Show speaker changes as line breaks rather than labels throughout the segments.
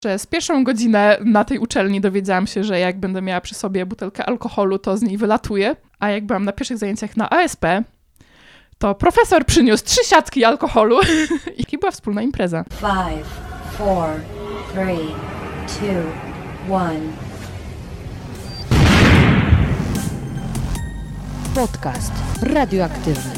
że z pierwszą godzinę na tej uczelni dowiedziałam się, że jak będę miała przy sobie butelkę alkoholu, to z niej wylatuję. A jak byłam na pierwszych zajęciach na ASP, to profesor przyniósł 3 siatki alkoholu i była wspólna impreza.
5, 4, 3, 2, 1.
Podcast radioaktywny.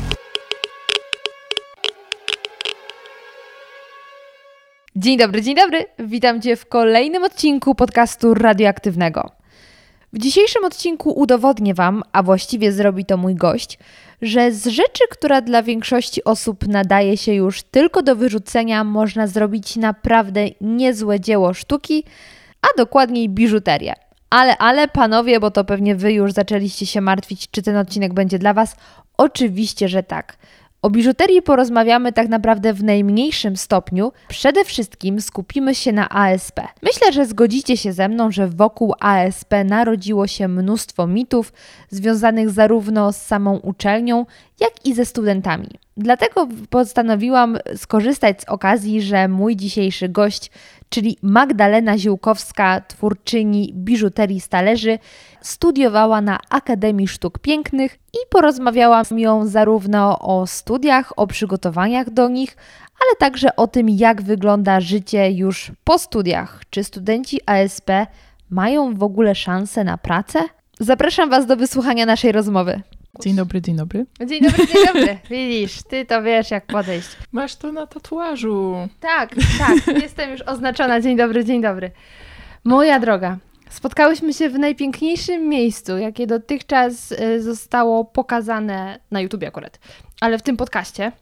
Dzień dobry, dzień dobry. Witam Cię w kolejnym odcinku podcastu radioaktywnego. W dzisiejszym odcinku udowodnię Wam, a właściwie zrobi to mój gość, że z rzeczy, która dla większości osób nadaje się już tylko do wyrzucenia, można zrobić naprawdę niezłe dzieło sztuki, a dokładniej biżuterię. Ale panowie, bo to pewnie Wy już zaczęliście się martwić, czy ten odcinek będzie dla Was. Oczywiście, że tak. O biżuterii porozmawiamy tak naprawdę w najmniejszym stopniu. Przede wszystkim skupimy się na ASP. Myślę, że zgodzicie się ze mną, że wokół ASP narodziło się mnóstwo mitów związanych zarówno z samą uczelnią, jak i ze studentami. Dlatego postanowiłam skorzystać z okazji, że mój dzisiejszy gość, czyli Magdalena Ziółkowska, twórczyni biżuterii z talerzy, studiowała na Akademii Sztuk Pięknych i porozmawiałam z nią zarówno o studiach, o przygotowaniach do nich, ale także o tym, jak wygląda życie już po studiach. Czy studenci ASP mają w ogóle szansę na pracę? Zapraszam Was do wysłuchania naszej rozmowy.
Dzień dobry, dzień dobry.
Dzień dobry, dzień dobry. Widzisz, Ty to wiesz, jak podejść.
Masz to na tatuażu.
Tak, jestem już oznaczona. Dzień dobry, dzień dobry. Moja droga, spotkałyśmy się w najpiękniejszym miejscu, jakie dotychczas zostało pokazane na YouTubie akurat, ale w tym podcaście,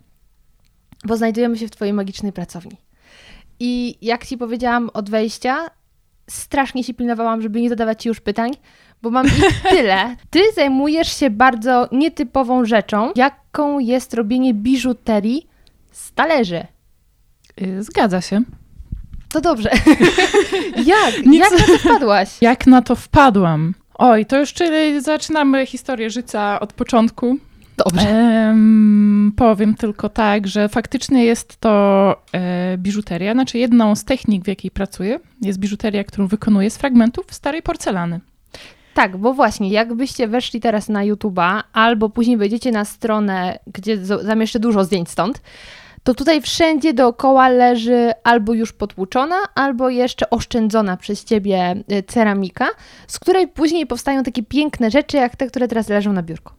bo znajdujemy się w Twojej magicznej pracowni. I jak Ci powiedziałam od wejścia, strasznie się pilnowałam, żeby nie zadawać Ci już pytań, bo mam ich tyle. Ty zajmujesz się bardzo nietypową rzeczą, jaką jest robienie biżuterii z talerzy.
Zgadza się.
To dobrze. Jak na to wpadłaś?
Jak na to wpadłam? Oj, to już czyli zaczynamy historię życia od początku.
Dobrze.
Powiem tylko tak, że faktycznie jest to biżuteria, znaczy jedną z technik, w jakiej pracuję, jest biżuteria, którą wykonuję z fragmentów starej porcelany.
Tak, bo właśnie, jakbyście weszli teraz na YouTube'a, albo później wejdziecie na stronę, gdzie zamieszczę dużo zdjęć stąd, to tutaj wszędzie dookoła leży albo już potłuczona, albo jeszcze oszczędzona przez Ciebie ceramika, z której później powstają takie piękne rzeczy, jak te, które teraz leżą na biurku.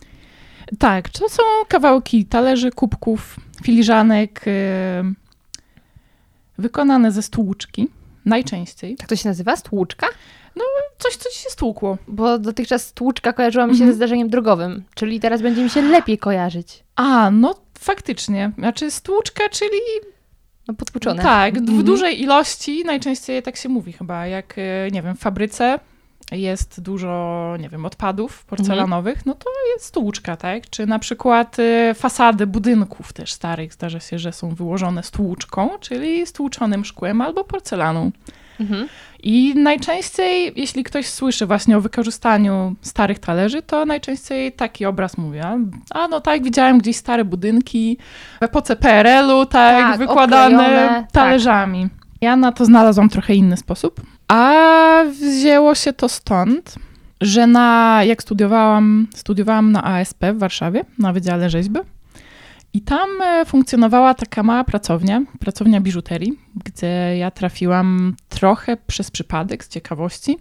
Tak, to są kawałki talerzy, kubków, filiżanek wykonane ze stłuczki, najczęściej.
Tak to się nazywa? Stłuczka?
No, coś, co ci się stłukło.
Bo dotychczas stłuczka kojarzyła mi się ze zdarzeniem drogowym, czyli teraz będzie mi się lepiej kojarzyć.
A, no faktycznie. Znaczy stłuczka, czyli...
No potłuczone.
Tak, w dużej ilości, najczęściej tak się mówi chyba, jak, nie wiem, w fabryce jest dużo, nie wiem, odpadów porcelanowych, no to jest stłuczka, tak? Czy na przykład fasady budynków też starych zdarza się, że są wyłożone stłuczką, czyli stłuczonym szkłem albo porcelaną. I najczęściej, jeśli ktoś słyszy właśnie o wykorzystaniu starych talerzy, to najczęściej taki obraz mówi. A no tak, widziałem gdzieś stare budynki w epoce PRL-u, tak wykładane
oklejone,
talerzami. Tak. Ja na to znalazłam trochę inny sposób. A wzięło się to stąd, że jak studiowałam na ASP w Warszawie, na Wydziale Rzeźby. I tam funkcjonowała taka mała pracownia biżuterii, gdzie ja trafiłam trochę przez przypadek, z ciekawości,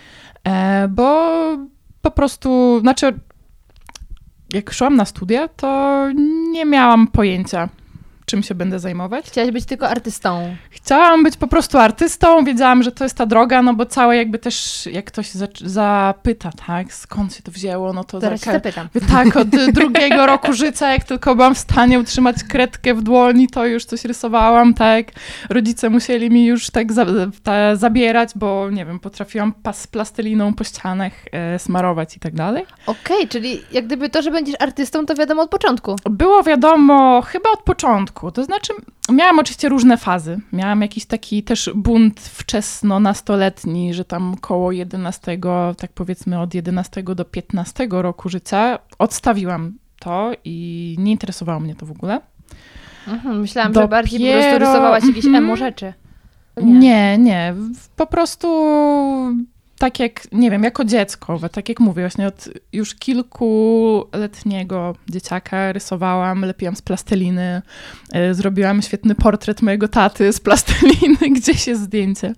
bo po prostu, znaczy jak szłam na studia, to nie miałam pojęcia, czym się będę zajmować.
Chciałaś być tylko artystą.
Chciałam być po prostu artystą, wiedziałam, że to jest ta droga, no bo całe jakby też, jak ktoś zapyta, tak, skąd się to wzięło, no to
zaraz się zapytam.
Tak, od drugiego roku życia, jak tylko byłam w stanie utrzymać kredkę w dłoni, to już coś rysowałam, tak. Rodzice musieli mi już tak zabierać, bo nie wiem, potrafiłam plasteliną po ścianach smarować i tak dalej.
Okej, czyli jak gdyby to, że będziesz artystą, to wiadomo od początku.
Było wiadomo chyba od początku. To znaczy, miałam oczywiście różne fazy. Miałam jakiś taki też bunt wczesno-nastoletni, że tam koło 11, tak powiedzmy od 11 do 15 roku życia odstawiłam to i nie interesowało mnie to w ogóle.
Myślałam, że bardziej po prostu rysowałaś jakieś emo rzeczy.
Nie. Po prostu tak jak, nie wiem, jako dziecko, tak jak mówię, właśnie od już kilkuletniego dzieciaka rysowałam, lepiłam z plasteliny, zrobiłam świetny portret mojego taty z plasteliny, gdzieś jest zdjęcie.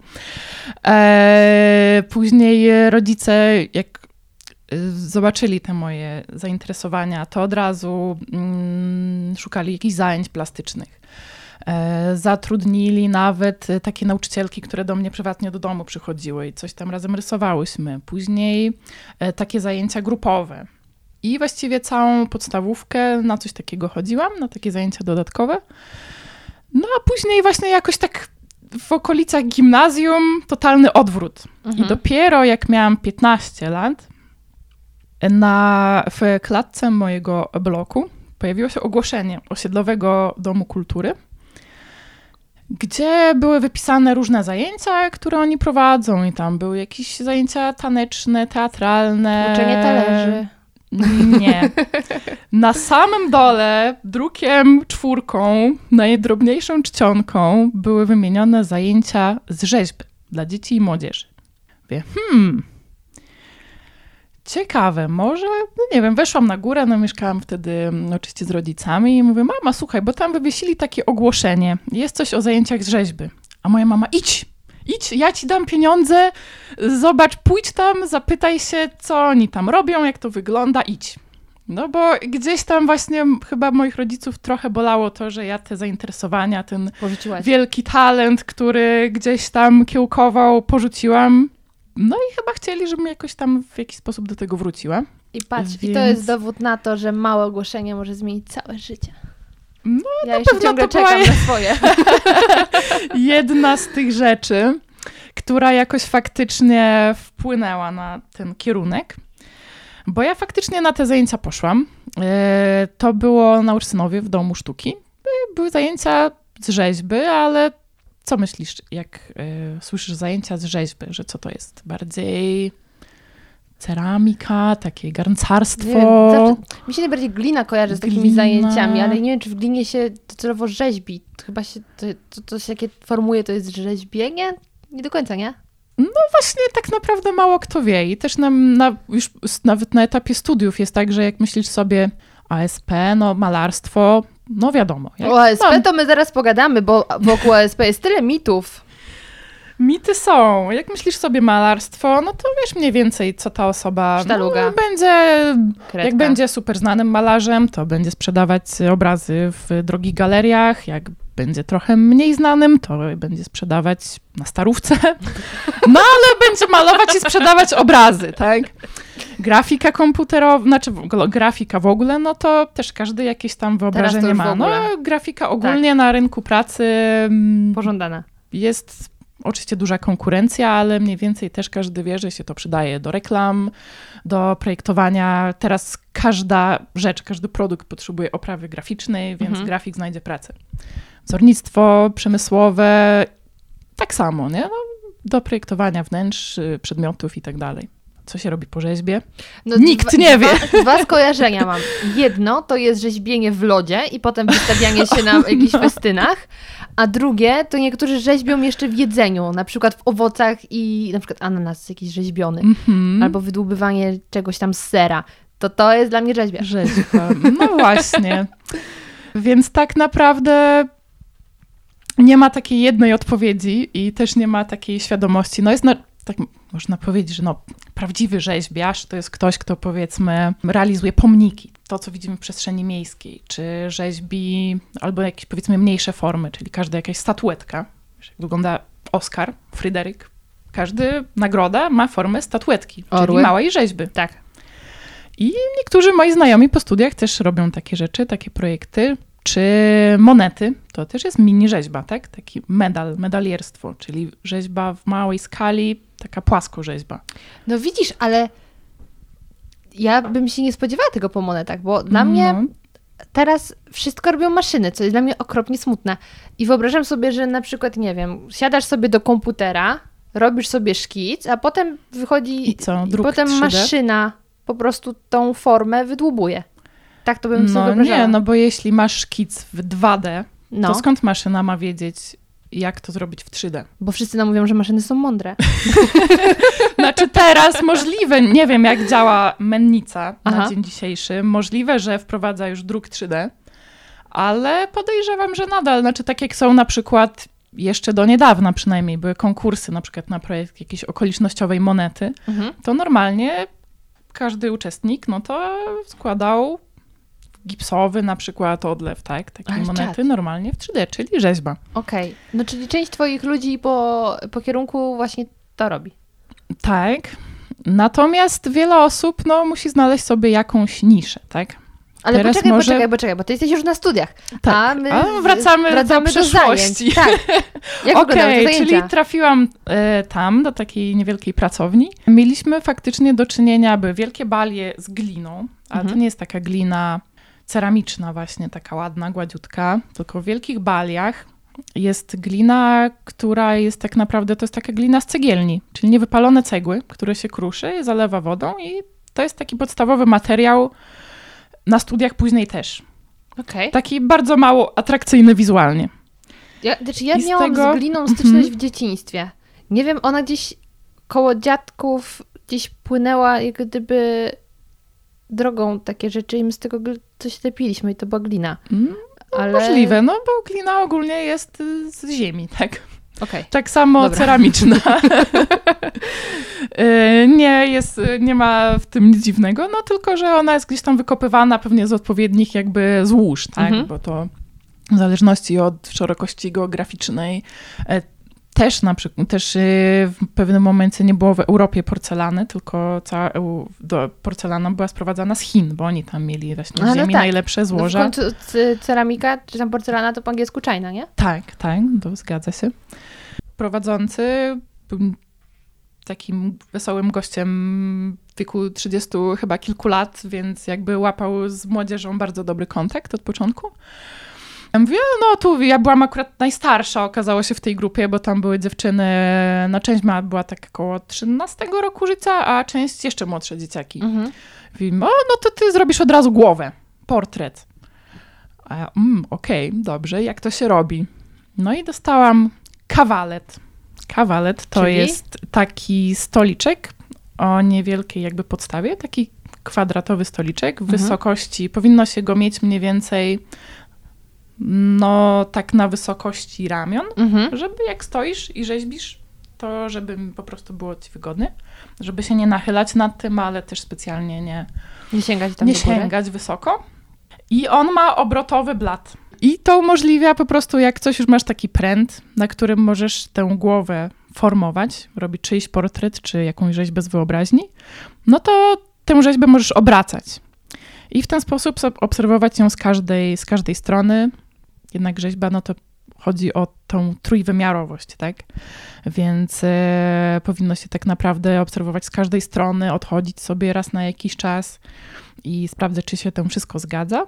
Później rodzice, jak zobaczyli te moje zainteresowania, to od razu szukali jakichś zajęć plastycznych. Zatrudnili nawet takie nauczycielki, które do mnie prywatnie do domu przychodziły i coś tam razem rysowałyśmy. Później takie zajęcia grupowe. I właściwie całą podstawówkę na coś takiego chodziłam, na takie zajęcia dodatkowe. No a później właśnie jakoś tak w okolicach gimnazjum totalny odwrót. I dopiero jak miałam 15 lat, w klatce mojego bloku pojawiło się ogłoszenie Osiedlowego Domu Kultury, gdzie były wypisane różne zajęcia, które oni prowadzą i tam były jakieś zajęcia taneczne, teatralne.
Uczenie talerzy.
Nie. Na samym dole, drukiem 4, najdrobniejszą czcionką były wymienione zajęcia z rzeźby dla dzieci i młodzieży. Mówię, ciekawe, może, no nie wiem, weszłam na górę, no mieszkałam wtedy oczywiście z rodzicami i mówię, mama, słuchaj, bo tam wywiesili takie ogłoszenie, jest coś o zajęciach z rzeźby. A moja mama, idź, ja ci dam pieniądze, zobacz, pójdź tam, zapytaj się, co oni tam robią, jak to wygląda, idź. No bo gdzieś tam właśnie chyba moich rodziców trochę bolało to, że ja te zainteresowania, ten wielki talent, który gdzieś tam kiełkował, porzuciłam. No i chyba chcieli, żebym jakoś tam w jakiś sposób do tego wróciła.
I patrz, i to jest dowód na to, że małe ogłoszenie może zmienić całe życie.
No,
ja jeszcze ciągle czekam na swoje.
Jedna z tych rzeczy, która jakoś faktycznie wpłynęła na ten kierunek, bo ja faktycznie na te zajęcia poszłam. To było na Ursynowie w Domu Sztuki. Były zajęcia z rzeźby, ale co myślisz, jak słyszysz zajęcia z rzeźby, że co to jest? Bardziej ceramika, takie garncarstwo?
Mi się najbardziej glina kojarzy z takimi zajęciami, ale nie wiem, czy w glinie się docelowo rzeźbi. Chyba się to się jakie formuje, to jest rzeźbienie? Nie do końca, nie?
No właśnie tak naprawdę mało kto wie i też już nawet na etapie studiów jest tak, że jak myślisz sobie ASP, no malarstwo, no wiadomo.
O ASP to my zaraz pogadamy, bo wokół ASP jest tyle mitów.
Mity są. Jak myślisz sobie malarstwo, no to wiesz mniej więcej, co ta osoba jak będzie super znanym malarzem, to będzie sprzedawać obrazy w drogich galeriach. Jak będzie trochę mniej znanym, to będzie sprzedawać na Starówce. No ale będzie malować i sprzedawać obrazy, tak? Grafika komputerowa, znaczy grafika w ogóle, no to też każdy jakieś tam wyobrażenie ma. No grafika ogólnie na rynku pracy
pożądana.
Jest oczywiście duża konkurencja, ale mniej więcej też każdy wie, że się to przydaje do reklam, do projektowania. Teraz każda rzecz, każdy produkt potrzebuje oprawy graficznej, więc grafik znajdzie pracę. Wzornictwo przemysłowe tak samo, nie? No, do projektowania wnętrz, przedmiotów i tak dalej. Co się robi po rzeźbie? No, nikt nie wie.
Dwa skojarzenia mam. Jedno to jest rzeźbienie w lodzie i potem wystawianie się na jakichś festynach, a drugie to niektórzy rzeźbią jeszcze w jedzeniu, na przykład w owocach i na przykład ananas jakiś rzeźbiony, albo wydłubywanie czegoś tam z sera. To jest dla mnie rzeźbia.
Rzeźba. No właśnie. Więc tak naprawdę nie ma takiej jednej odpowiedzi i też nie ma takiej świadomości. No jest tak można powiedzieć, że prawdziwy rzeźbiarz to jest ktoś, kto powiedzmy realizuje pomniki, to co widzimy w przestrzeni miejskiej, czy rzeźbi albo jakieś powiedzmy mniejsze formy, czyli każda jakaś statuetka. Jak wygląda Oskar, Fryderyk, każdy nagroda ma formę statuetki, czyli małej rzeźby.
Tak.
I niektórzy moi znajomi po studiach też robią takie rzeczy, takie projekty, czy monety, to też jest mini rzeźba, tak? Taki medalierstwo, czyli rzeźba w małej skali, taka płaskorzeźba.
No widzisz, ale ja bym się nie spodziewała tego po monetach, bo dla mnie teraz wszystko robią maszyny, co jest dla mnie okropnie smutne. I wyobrażam sobie, że na przykład, nie wiem, siadasz sobie do komputera, robisz sobie szkic, a potem wychodzi
i potem
3D? Maszyna po prostu tą formę wydłubuje. Tak to bym sobie wyobrażała.
Nie, no bo jeśli masz szkic w 2D, to skąd maszyna ma wiedzieć, jak to zrobić w 3D.
Bo wszyscy nam mówią, że maszyny są mądre.
Znaczy teraz możliwe, nie wiem jak działa mennica na dzień dzisiejszy, możliwe, że wprowadza już druk 3D, ale podejrzewam, że nadal, znaczy tak jak są na przykład jeszcze do niedawna przynajmniej były konkursy na przykład na projekt jakiejś okolicznościowej monety, to normalnie każdy uczestnik, no to składał gipsowy na przykład odlew, tak? Takiej monety normalnie w 3D, czyli rzeźba.
Okej. No czyli część twoich ludzi po kierunku właśnie to robi. Tak.
Natomiast wiele osób, no, musi znaleźć sobie jakąś niszę, tak?
Ale teraz poczekaj, bo ty jesteś już na studiach.
Tak, a my wracamy do przeszłości.
Tak.
Okej, czyli trafiłam tam, do takiej niewielkiej pracowni. Mieliśmy faktycznie do czynienia, były wielkie balie z gliną, ale to nie jest taka glina ceramiczna właśnie, taka ładna, gładziutka, tylko w wielkich baliach jest glina, która jest tak naprawdę, to jest taka glina z cegielni, czyli niewypalone cegły, które się kruszy, zalewa wodą i to jest taki podstawowy materiał na studiach później też.
Okay.
Taki bardzo mało atrakcyjny wizualnie.
Ja miałam z gliną styczność w dzieciństwie. Nie wiem, ona gdzieś koło dziadków gdzieś płynęła jak gdyby drogą takie rzeczy i my z tego coś lepiliśmy i to była glina.
Ale... Możliwe, no bo glina ogólnie jest z ziemi, tak?
Okay.
Tak samo ceramiczna. Nie ma w tym nic dziwnego, no tylko, że ona jest gdzieś tam wykopywana pewnie z odpowiednich jakby złóż, tak? Bo to w zależności od szerokości geograficznej też w pewnym momencie nie było w Europie porcelany, tylko cała porcelana była sprowadzana z Chin, bo oni tam mieli właśnie z ziemi najlepsze złoża.
No w końcu ceramika, czy tam porcelana to po angielsku china, nie?
Tak, to zgadza się. Prowadzący był takim wesołym gościem w wieku 30 chyba kilku lat, więc jakby łapał z młodzieżą bardzo dobry kontakt od początku. Ja mówię, no tu ja byłam akurat najstarsza, okazało się w tej grupie, bo tam były dziewczyny, no część była tak około 13 roku życia, a część jeszcze młodsze dzieciaki. Mówię, no to ty zrobisz od razu głowę, portret. A ja, dobrze, jak to się robi? No i dostałam kawalet. Kawalet to jest taki stoliczek o niewielkiej jakby podstawie, taki kwadratowy stoliczek w wysokości, powinno się go mieć mniej więcej no tak na wysokości ramion, żeby jak stoisz i rzeźbisz, to żeby po prostu było ci wygodnie, żeby się nie nachylać nad tym, ale też specjalnie nie sięgać wysoko. I on ma obrotowy blat. I to umożliwia po prostu, jak coś już masz taki pręt, na którym możesz tę głowę formować, robić czyjś portret, czy jakąś rzeźbę z wyobraźni, no to tę rzeźbę możesz obracać. I w ten sposób obserwować ją z każdej strony. Jednak rzeźba, no to chodzi o tą trójwymiarowość, tak? Więc powinno się tak naprawdę obserwować z każdej strony, odchodzić sobie raz na jakiś czas i sprawdzać, czy się to wszystko zgadza.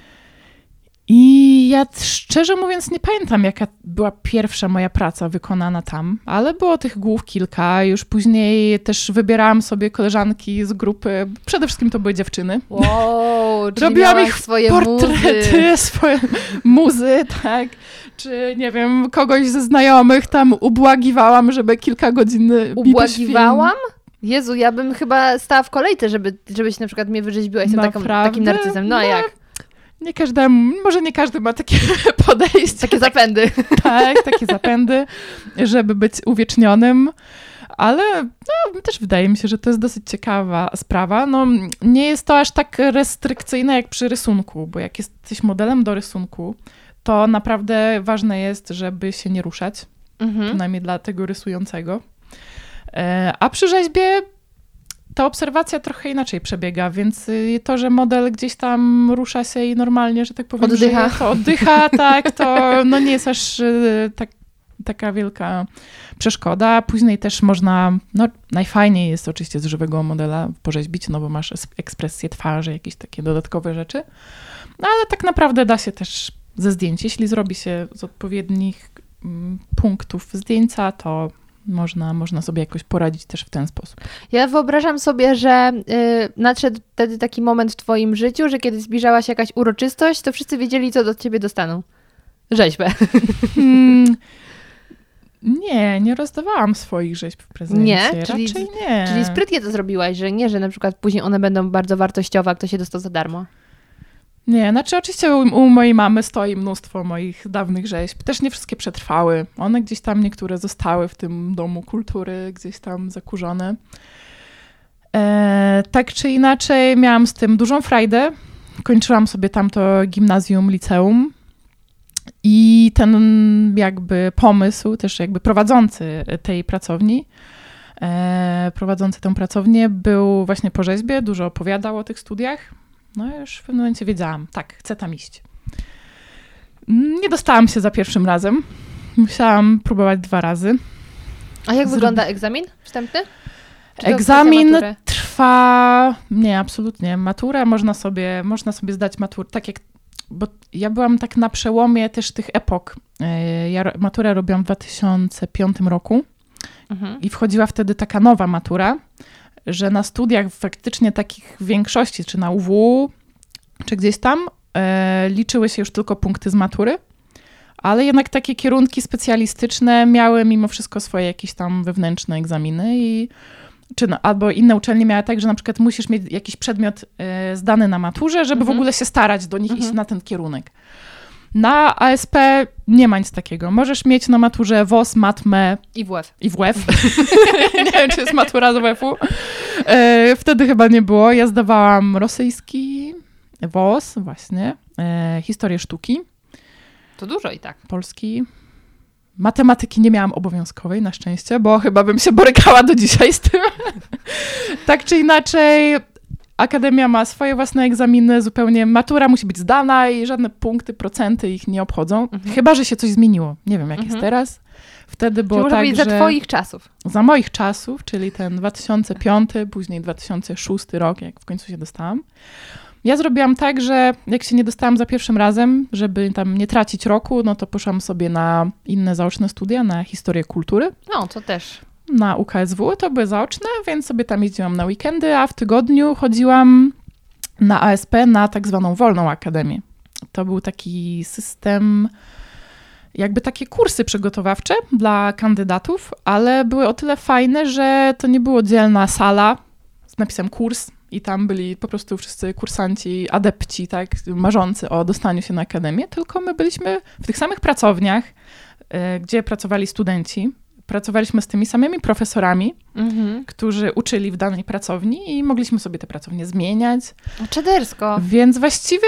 I ja szczerze mówiąc nie pamiętam, jaka była pierwsza moja praca wykonana tam, ale było tych głów kilka. Już później też wybierałam sobie koleżanki z grupy. Przede wszystkim to były dziewczyny.
Wow,
robiłam ich
swoje
portrety, swoje muzy, tak. Czy nie wiem, kogoś ze znajomych tam ubłagiwałam, żeby kilka godzin
Ubłagiwałam? Jezu, ja bym chyba stała w kolejce, żebyś na przykład mnie wyrzeźbiła. Jestem takim narcyzem. No jak?
Może nie każdy ma takie podejście.
Takie zapędy.
Tak, takie zapędy, żeby być uwiecznionym. Ale też wydaje mi się, że to jest dosyć ciekawa sprawa. No, nie jest to aż tak restrykcyjne jak przy rysunku, bo jak jesteś modelem do rysunku, to naprawdę ważne jest, żeby się nie ruszać. Przynajmniej dla tego rysującego. A przy rzeźbie ta obserwacja trochę inaczej przebiega, więc to, że model gdzieś tam rusza się i normalnie, że tak powiem,
oddycha.
To oddycha, tak, to no nie jest aż taka wielka przeszkoda. Później też można, najfajniej jest oczywiście z żywego modela porzeźbić, no bo masz ekspresję twarzy, jakieś takie dodatkowe rzeczy. No ale tak naprawdę da się też ze zdjęć. Jeśli zrobi się z odpowiednich punktów zdjęcia, to można sobie jakoś poradzić też w ten sposób.
Ja wyobrażam sobie, że nadszedł wtedy taki moment w twoim życiu, że kiedy zbliżała się jakaś uroczystość, to wszyscy wiedzieli, co do ciebie dostaną. Rzeźbę.
Nie rozdawałam swoich rzeźb w prezencie.
Nie?
Raczej nie.
Czyli sprytnie to zrobiłaś, że nie, że na przykład później one będą bardzo wartościowe, a ktoś się dostał za darmo.
Nie, znaczy oczywiście u mojej mamy stoi mnóstwo moich dawnych rzeźb. Też nie wszystkie przetrwały. One gdzieś tam niektóre zostały w tym domu kultury, gdzieś tam zakurzone. Tak czy inaczej miałam z tym dużą frajdę. Kończyłam sobie tamto gimnazjum, liceum. I ten jakby pomysł, też jakby prowadzący tej pracowni, prowadzący tę pracownię był właśnie po rzeźbie, dużo opowiadał o tych studiach. No już w pewnym momencie wiedziałam, tak, chcę tam iść. Nie dostałam się za pierwszym Musiałam próbować 2 razy.
A jak wygląda egzamin wstępny?
Egzamin trwa... Nie, absolutnie. Maturę można sobie zdać maturę, tak jak... Bo ja byłam tak na przełomie też tych epok. Ja maturę robiłam w 2005 roku i wchodziła wtedy taka nowa matura, że na studiach faktycznie takich w większości, czy na UW, czy gdzieś tam, liczyły się już tylko punkty z matury, ale jednak takie kierunki specjalistyczne miały mimo wszystko swoje jakieś tam wewnętrzne egzaminy albo inne uczelnie miały tak, że na przykład musisz mieć jakiś przedmiot zdany na maturze, żeby w ogóle się starać do nich iść na ten kierunek. Na ASP nie ma nic takiego. Możesz mieć na maturze WOS, matmę i WF. Nie wiem, czy jest matura z WF-u. Wtedy chyba nie było. Ja zdawałam rosyjski, WOS właśnie, historię sztuki.
To dużo i tak.
Polski. Matematyki nie miałam obowiązkowej, na szczęście, bo chyba bym się borykała do dzisiaj z tym. Tak czy inaczej, akademia ma swoje własne egzaminy, zupełnie matura musi być zdana i żadne punkty, procenty ich nie obchodzą. Chyba że się coś zmieniło. Nie wiem, jak jest teraz. Wtedy było
tak, że... za twoich czasów.
Za moich czasów, czyli ten 2005, później 2006 rok, jak w końcu się dostałam. Ja zrobiłam tak, że jak się nie dostałam za pierwszym razem, żeby tam nie tracić roku, no to poszłam sobie na inne zaoczne studia, na historię kultury.
No, to też.
Na UKSW, to były zaoczne, więc sobie tam jeździłam na weekendy, a w tygodniu chodziłam na ASP, na tak zwaną wolną akademię. To był taki system, jakby takie kursy przygotowawcze dla kandydatów, ale były o tyle fajne, że to nie było oddzielna sala z napisem kurs i tam byli po prostu wszyscy kursanci, adepci, tak, marzący o dostaniu się na akademię, tylko my byliśmy w tych samych pracowniach, gdzie pracowali studenci. Pracowaliśmy z tymi samymi profesorami, którzy uczyli w danej pracowni i mogliśmy sobie te pracownie zmieniać.
Czadersko.
Więc właściwie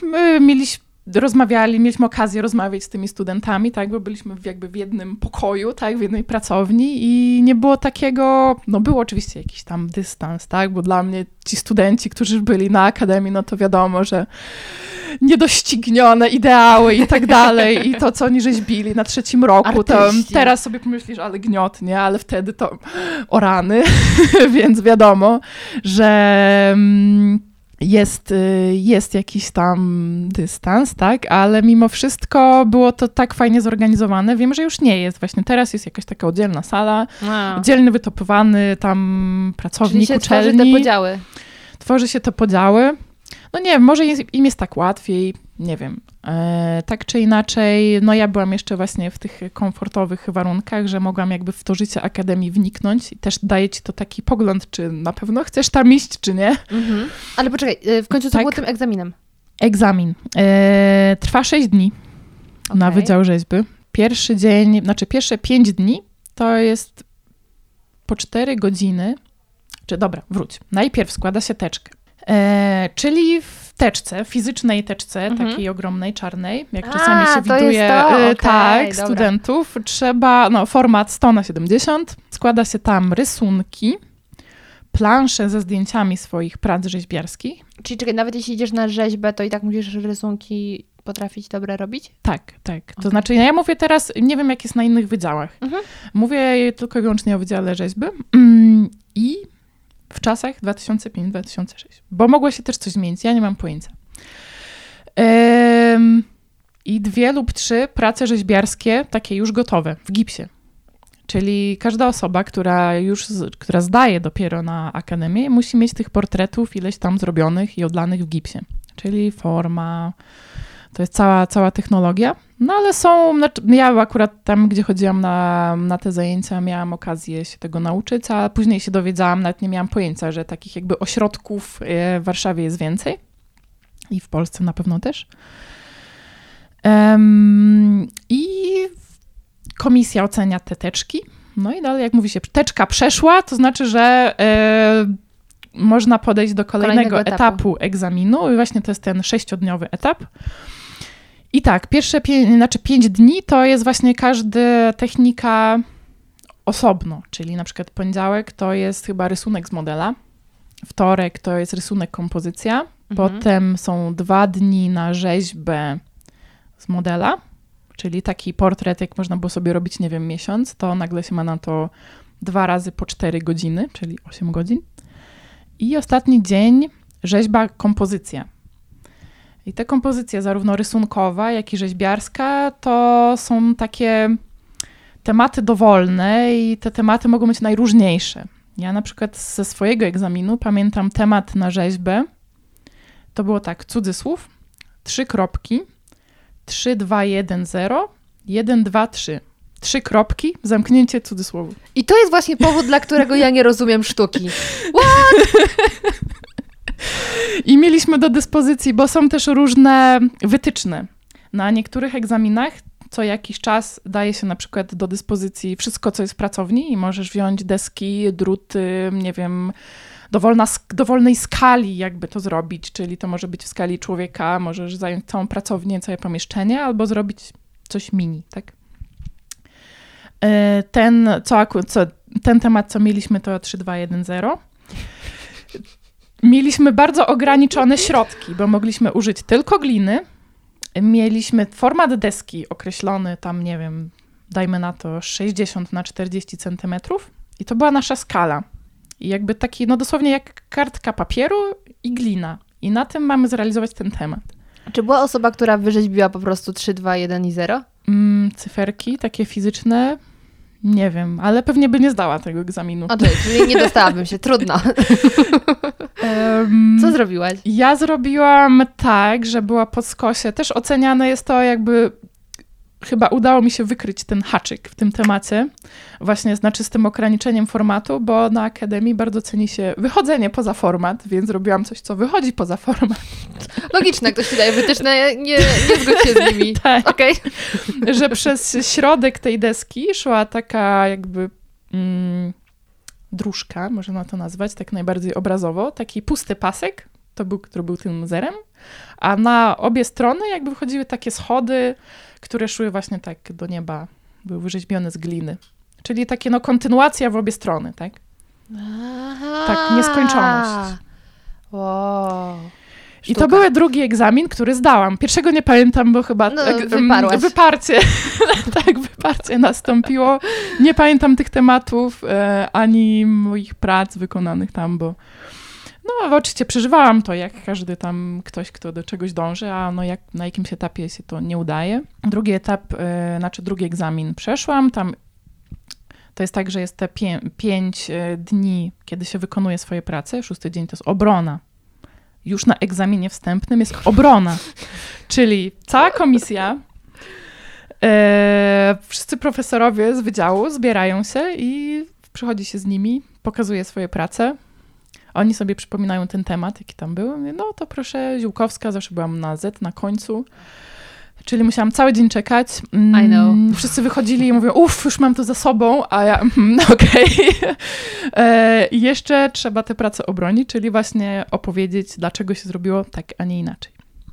mieliśmy okazję rozmawiać z tymi studentami, tak, bo byliśmy jakby w jednym pokoju, tak, w jednej pracowni i nie było takiego, no był oczywiście jakiś tam dystans, tak, bo dla mnie ci studenci, którzy byli na akademii, no to wiadomo, że niedoścignione ideały i tak dalej i to, co oni rzeźbili na 3. roku, to teraz sobie pomyślisz, ale gniot, nie, ale wtedy to o rany, więc wiadomo, że jest jakiś tam dystans, tak, ale mimo wszystko było to tak fajnie zorganizowane. Wiem, że już nie jest. Właśnie teraz jest jakaś taka oddzielna sala, oddzielny wytopywany tam pracownik uczelni.
Tworzy te podziały.
Tworzy się te podziały. No nie wiem, może im jest tak łatwiej, nie wiem. Tak czy inaczej, no ja byłam jeszcze właśnie w tych komfortowych warunkach, że mogłam jakby w to życie akademii wniknąć i też daje ci to taki pogląd, czy na pewno chcesz tam iść, czy nie.
Ale poczekaj, w końcu co było tym egzaminem?
Egzamin. Trwa 6 dni na Wydział Rzeźby. Pierwszy dzień, znaczy pierwsze 5 dni to jest po 4 godziny, najpierw składa się teczkę. Czyli w teczce, fizycznej teczce, takiej ogromnej, czarnej, jak czasami się widuje studentów, trzeba, format 100x70, składa się tam rysunki, plansze ze zdjęciami swoich prac rzeźbiarskich.
Czyli czekaj, nawet jeśli idziesz na rzeźbę, to i tak musisz rysunki potrafić dobre robić?
Tak. To znaczy, ja mówię teraz, nie wiem jak jest na innych wydziałach. Mówię tylko i wyłącznie o Wydziale Rzeźby i w czasach 2005-2006, bo mogło się też coś zmienić, ja nie mam pojęcia. I 2 lub 3 prace rzeźbiarskie, takie już gotowe, w gipsie. Czyli każda osoba, która zdaje dopiero na akademię, musi mieć tych portretów ileś tam zrobionych i odlanych w gipsie. Czyli forma, To jest cała technologia. No ale ja akurat tam, gdzie chodziłam na te zajęcia, miałam okazję się tego nauczyć, a później się dowiedziałam, nawet nie miałam pojęcia, że takich jakby ośrodków w Warszawie jest więcej i w Polsce na pewno też. I komisja ocenia te teczki. No i dalej, jak mówi się, teczka przeszła, to znaczy, że można podejść do kolejnego etapu egzaminu. I właśnie to jest ten 6-dniowy etap. I tak, pierwsze 5 dni to jest właśnie każda technika osobno, czyli na przykład poniedziałek to jest chyba rysunek z modela, wtorek to jest rysunek kompozycja, potem są 2 dni na rzeźbę z modela, czyli taki portret, jak można było sobie robić, nie wiem, miesiąc, to nagle się ma na to 2 razy po 4 godziny, czyli 8 godzin. I ostatni dzień rzeźba, kompozycja. I te kompozycje, zarówno rysunkowa, jak i rzeźbiarska, to są takie tematy dowolne i te tematy mogą być najróżniejsze. Ja na przykład ze swojego egzaminu pamiętam temat na rzeźbę. To było tak, cudzysłów, 3 kropki, 3, 2, 1, 0, 1, 2, 3. 3 kropki, zamknięcie cudzysłowu.
I to jest właśnie powód, dla którego ja nie rozumiem sztuki.
I mieliśmy do dyspozycji, bo są też różne wytyczne. Na niektórych egzaminach co jakiś czas daje się na przykład do dyspozycji wszystko, co jest w pracowni i możesz wziąć deski, druty, nie wiem, dowolnej skali jakby to zrobić, czyli to może być w skali człowieka, możesz zająć całą pracownię, całe pomieszczenie albo zrobić coś mini, tak? Ten temat, co mieliśmy, to 3, 2, 1, 0. Mieliśmy bardzo ograniczone środki, bo mogliśmy użyć tylko gliny. Mieliśmy format deski określony tam, nie wiem, dajmy na to 60 na 40 centymetrów i to była nasza skala. I jakby taki, no dosłownie jak kartka papieru i glina. I na tym mamy zrealizować ten temat.
Czy była osoba, która wyrzeźbiła po prostu 3, 2, 1 i 0?
Cyferki takie fizyczne, nie wiem, ale pewnie by nie zdała tego egzaminu.
Czyli nie dostałabym się, trudno. Co zrobiłaś?
Ja zrobiłam tak, że była po skosie. Też oceniane jest to jakby, chyba udało mi się wykryć ten haczyk w tym temacie. Właśnie znaczy z tym ograniczeniem formatu, bo na akademii bardzo ceni się wychodzenie poza format, więc zrobiłam coś, co wychodzi poza format.
Logiczne, ktoś ci daje wytyczne, nie zgodź się z nimi.
Tak.
Okay.
Że przez środek tej deski szła taka jakby dróżka, można to nazwać, tak najbardziej obrazowo, taki pusty pasek, który był tym zerem, a na obie strony jakby wychodziły takie schody, które szły właśnie tak do nieba, były wyrzeźbione z gliny. Czyli takie kontynuacja w obie strony, tak?
Aha.
Tak, nieskończoność.
Wow.
I to był drugi egzamin, który zdałam. Pierwszego nie pamiętam, bo chyba wyparcie nastąpiło. Nie pamiętam tych tematów, ani moich prac wykonanych tam, bo oczywiście przeżywałam to, jak każdy tam ktoś, kto do czegoś dąży, a na jakimś etapie się to nie udaje. Drugi etap, drugi egzamin przeszłam. Tam to jest tak, że jest te 5 dni, kiedy się wykonuje swoje prace. 6. dzień to jest obrona. Już na egzaminie wstępnym jest obrona. Czyli cała komisja, wszyscy profesorowie z wydziału zbierają się i przychodzi się z nimi, pokazuje swoje prace. Oni sobie przypominają ten temat, jaki tam był. Mówię, to proszę, Ziółkowska, zawsze byłam na Z na końcu. Czyli musiałam cały dzień czekać.
I know.
Wszyscy wychodzili i mówią, już mam to za sobą, a ja, okej. I jeszcze trzeba tę pracę obronić, czyli właśnie opowiedzieć, dlaczego się zrobiło tak, a nie inaczej.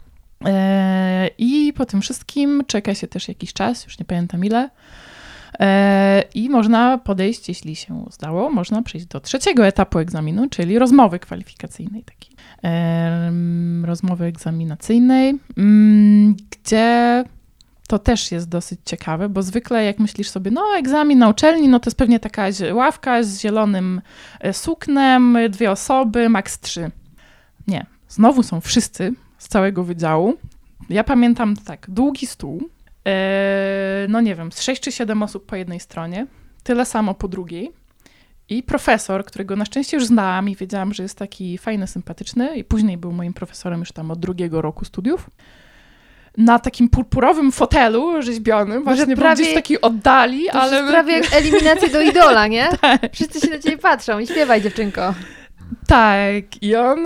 I po tym wszystkim czeka się też jakiś czas, już nie pamiętam ile. I można podejść, jeśli się zdało, można przejść do 3. etapu egzaminu, czyli rozmowy kwalifikacyjnej takiej. Rozmowy egzaminacyjnej, gdzie to też jest dosyć ciekawe, bo zwykle jak myślisz sobie, egzamin na uczelni, to jest pewnie taka ławka z zielonym suknem, 2 osoby, maks 3. Nie, znowu są wszyscy z całego wydziału. Ja pamiętam tak, długi stół, nie wiem, z 6 czy 7 osób po jednej stronie, tyle samo po drugiej. I profesor, którego na szczęście już znałam i wiedziałam, że jest taki fajny, sympatyczny i później był moim profesorem już tam od 2. roku studiów. na takim purpurowym fotelu rzeźbionym, właśnie prawie, gdzieś w takiej oddali,
to
ale...
jest prawie jak eliminacja do idola, nie?
Tak.
Wszyscy się na ciebie patrzą i śpiewaj, dziewczynko.
Tak, i on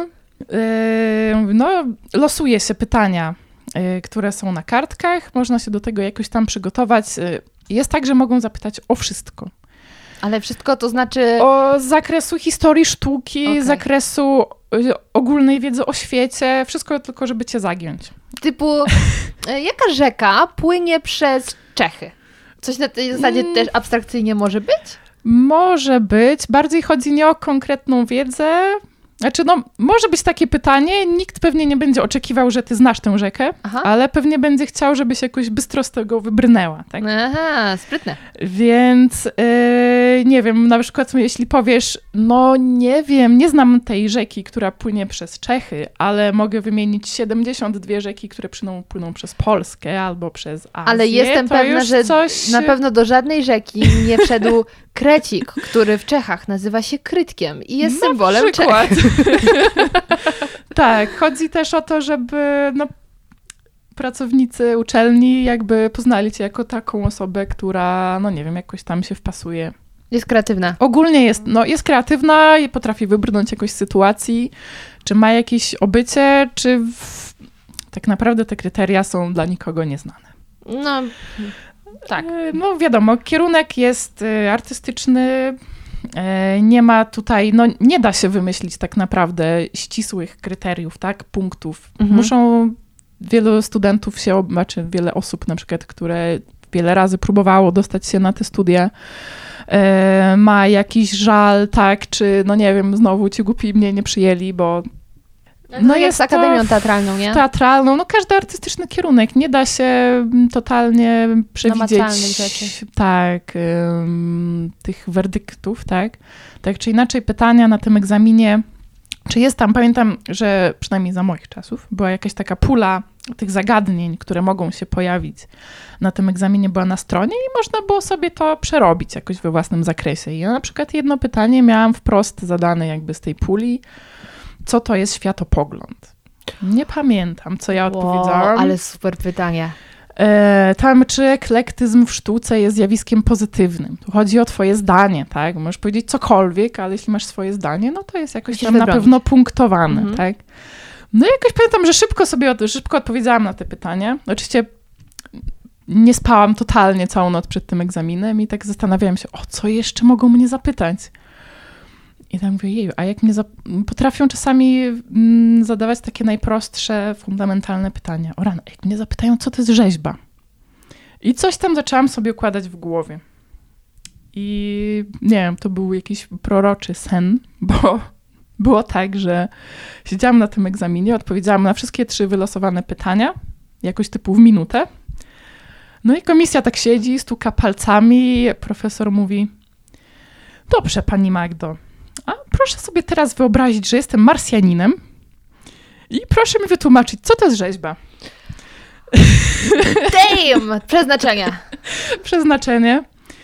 losuje się pytania, które są na kartkach, można się do tego jakoś tam przygotować. Jest tak, że mogą zapytać o wszystko.
Ale wszystko to znaczy...
O zakresu historii sztuki, zakresu ogólnej wiedzy o świecie, wszystko tylko, żeby cię zagiąć.
Typu, jaka rzeka płynie przez Czechy? Coś na tej zasadzie też abstrakcyjnie może być?
Może być. Bardziej chodzi nie o konkretną wiedzę. Znaczy, może być takie pytanie, nikt pewnie nie będzie oczekiwał, że ty znasz tę rzekę, ale pewnie będzie chciał, żebyś jakoś bystro z tego wybrnęła, tak?
Aha, sprytne.
Więc, nie wiem, na przykład jeśli powiesz, nie wiem, nie znam tej rzeki, która płynie przez Czechy, ale mogę wymienić 72 rzeki, które płyną przez Polskę albo przez Azję.
Ale jestem pewna, że na pewno do żadnej rzeki nie wszedł krecik, który w Czechach nazywa się krytkiem i jest symbolem Czech.
Tak, chodzi też o to, żeby pracownicy uczelni jakby poznali cię jako taką osobę, która, nie wiem, jakoś tam się wpasuje.
Jest kreatywna.
Ogólnie jest kreatywna i potrafi wybrnąć jakoś z sytuacji, czy ma jakieś obycie, czy tak naprawdę te kryteria są dla nikogo nieznane.
Tak.
Wiadomo, kierunek jest artystyczny, nie ma tutaj, nie da się wymyślić tak naprawdę ścisłych kryteriów, tak, punktów. Wielu studentów wiele osób na przykład, które wiele razy próbowało dostać się na te studia, ma jakiś żal, tak, czy nie wiem, znowu ci głupi mnie nie przyjęli, bo
jest akademią teatralną, nie?
Teatralną, każdy artystyczny kierunek. Nie da się totalnie przewidzieć
rzeczy.
Tak, tych werdyktów, tak? Tak czy inaczej pytania na tym egzaminie, czy jest tam, pamiętam, że przynajmniej za moich czasów była jakaś taka pula tych zagadnień, które mogą się pojawić na tym egzaminie, była na stronie i można było sobie to przerobić jakoś we własnym zakresie. I ja na przykład jedno pytanie miałam wprost zadane jakby z tej puli, co to jest światopogląd? Nie pamiętam, co ja odpowiedziałam.
Ale super pytanie.
Tam, czy eklektyzm w sztuce jest zjawiskiem pozytywnym. Tu chodzi o twoje zdanie, tak? Możesz powiedzieć cokolwiek, ale jeśli masz swoje zdanie, to jest jakoś
musisz
tam
wybronić.
Na pewno punktowane, tak? Jakoś pamiętam, że szybko odpowiedziałam na te pytania. Oczywiście nie spałam totalnie całą noc przed tym egzaminem i tak zastanawiałam się, co jeszcze mogą mnie zapytać? I tam mówię, jeju, a jak mnie potrafią czasami zadawać takie najprostsze, fundamentalne pytania. O rano, jak mnie zapytają, co to jest rzeźba? I coś tam zaczęłam sobie układać w głowie. I nie wiem, to był jakiś proroczy sen, bo było tak, że siedziałam na tym egzaminie, odpowiedziałam na wszystkie 3 wylosowane pytania, jakoś typu w minutę. I komisja tak siedzi, stuka palcami, profesor mówi, dobrze, pani Magdo, a proszę sobie teraz wyobrazić, że jestem Marsjaninem i proszę mi wytłumaczyć, co to jest rzeźba.
Damn! Przeznaczenie.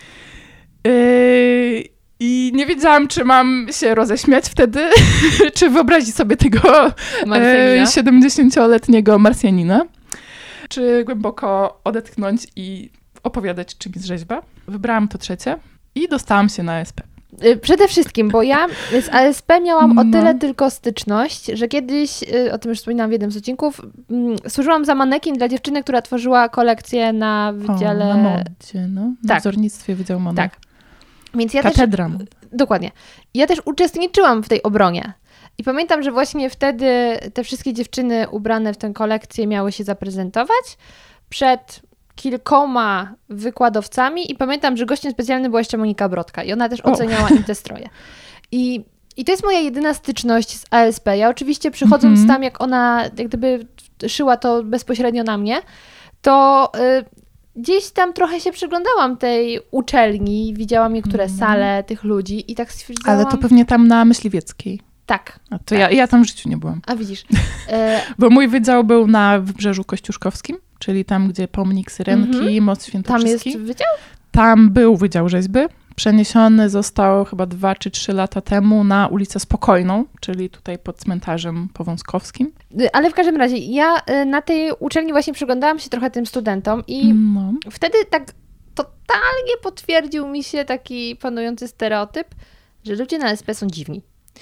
I nie wiedziałam, czy mam się roześmiać wtedy, czy wyobrazić sobie tego 70-letniego Marsjanina, czy głęboko odetchnąć i opowiadać, czym jest rzeźba. Wybrałam to trzecie i dostałam się na ASP.
Przede wszystkim, bo ja z ASP miałam o tyle tylko styczność, że kiedyś, o tym już wspominałam w jednym z odcinków, służyłam za manekin dla dziewczyny, która tworzyła kolekcję na wydziale...
na modzie, na wzornictwie Wydziału Mody.
Tak. Więc ja
Katedra.
Dokładnie. Ja też uczestniczyłam w tej obronie. I pamiętam, że właśnie wtedy te wszystkie dziewczyny ubrane w tę kolekcję miały się zaprezentować przed kilkoma wykładowcami i pamiętam, że gościem specjalnym była jeszcze Monika Brodka i ona też oceniała im te stroje. I to jest moja jedyna styczność z ASP. Ja oczywiście przychodząc tam, jak ona jak gdyby szyła to bezpośrednio na mnie, to gdzieś tam trochę się przyglądałam tej uczelni, widziałam niektóre sale tych ludzi i tak stwierdziłam...
Ale to pewnie tam na Myśliwieckiej.
Tak.
A to tak. Ja tam w życiu nie byłam.
A widzisz.
Bo mój wydział był na Wybrzeżu Kościuszkowskim, czyli tam, gdzie pomnik Syrenki, Most Świętokrzyski.
Tam jest wydział?
Tam był Wydział Rzeźby. przeniesiony został chyba 2 czy 3 lata temu na ulicę Spokojną, czyli tutaj pod cmentarzem powązkowskim.
Ale w każdym razie, ja na tej uczelni właśnie przyglądałam się trochę tym studentom i wtedy tak totalnie potwierdził mi się taki panujący stereotyp, że ludzie na SP są dziwni.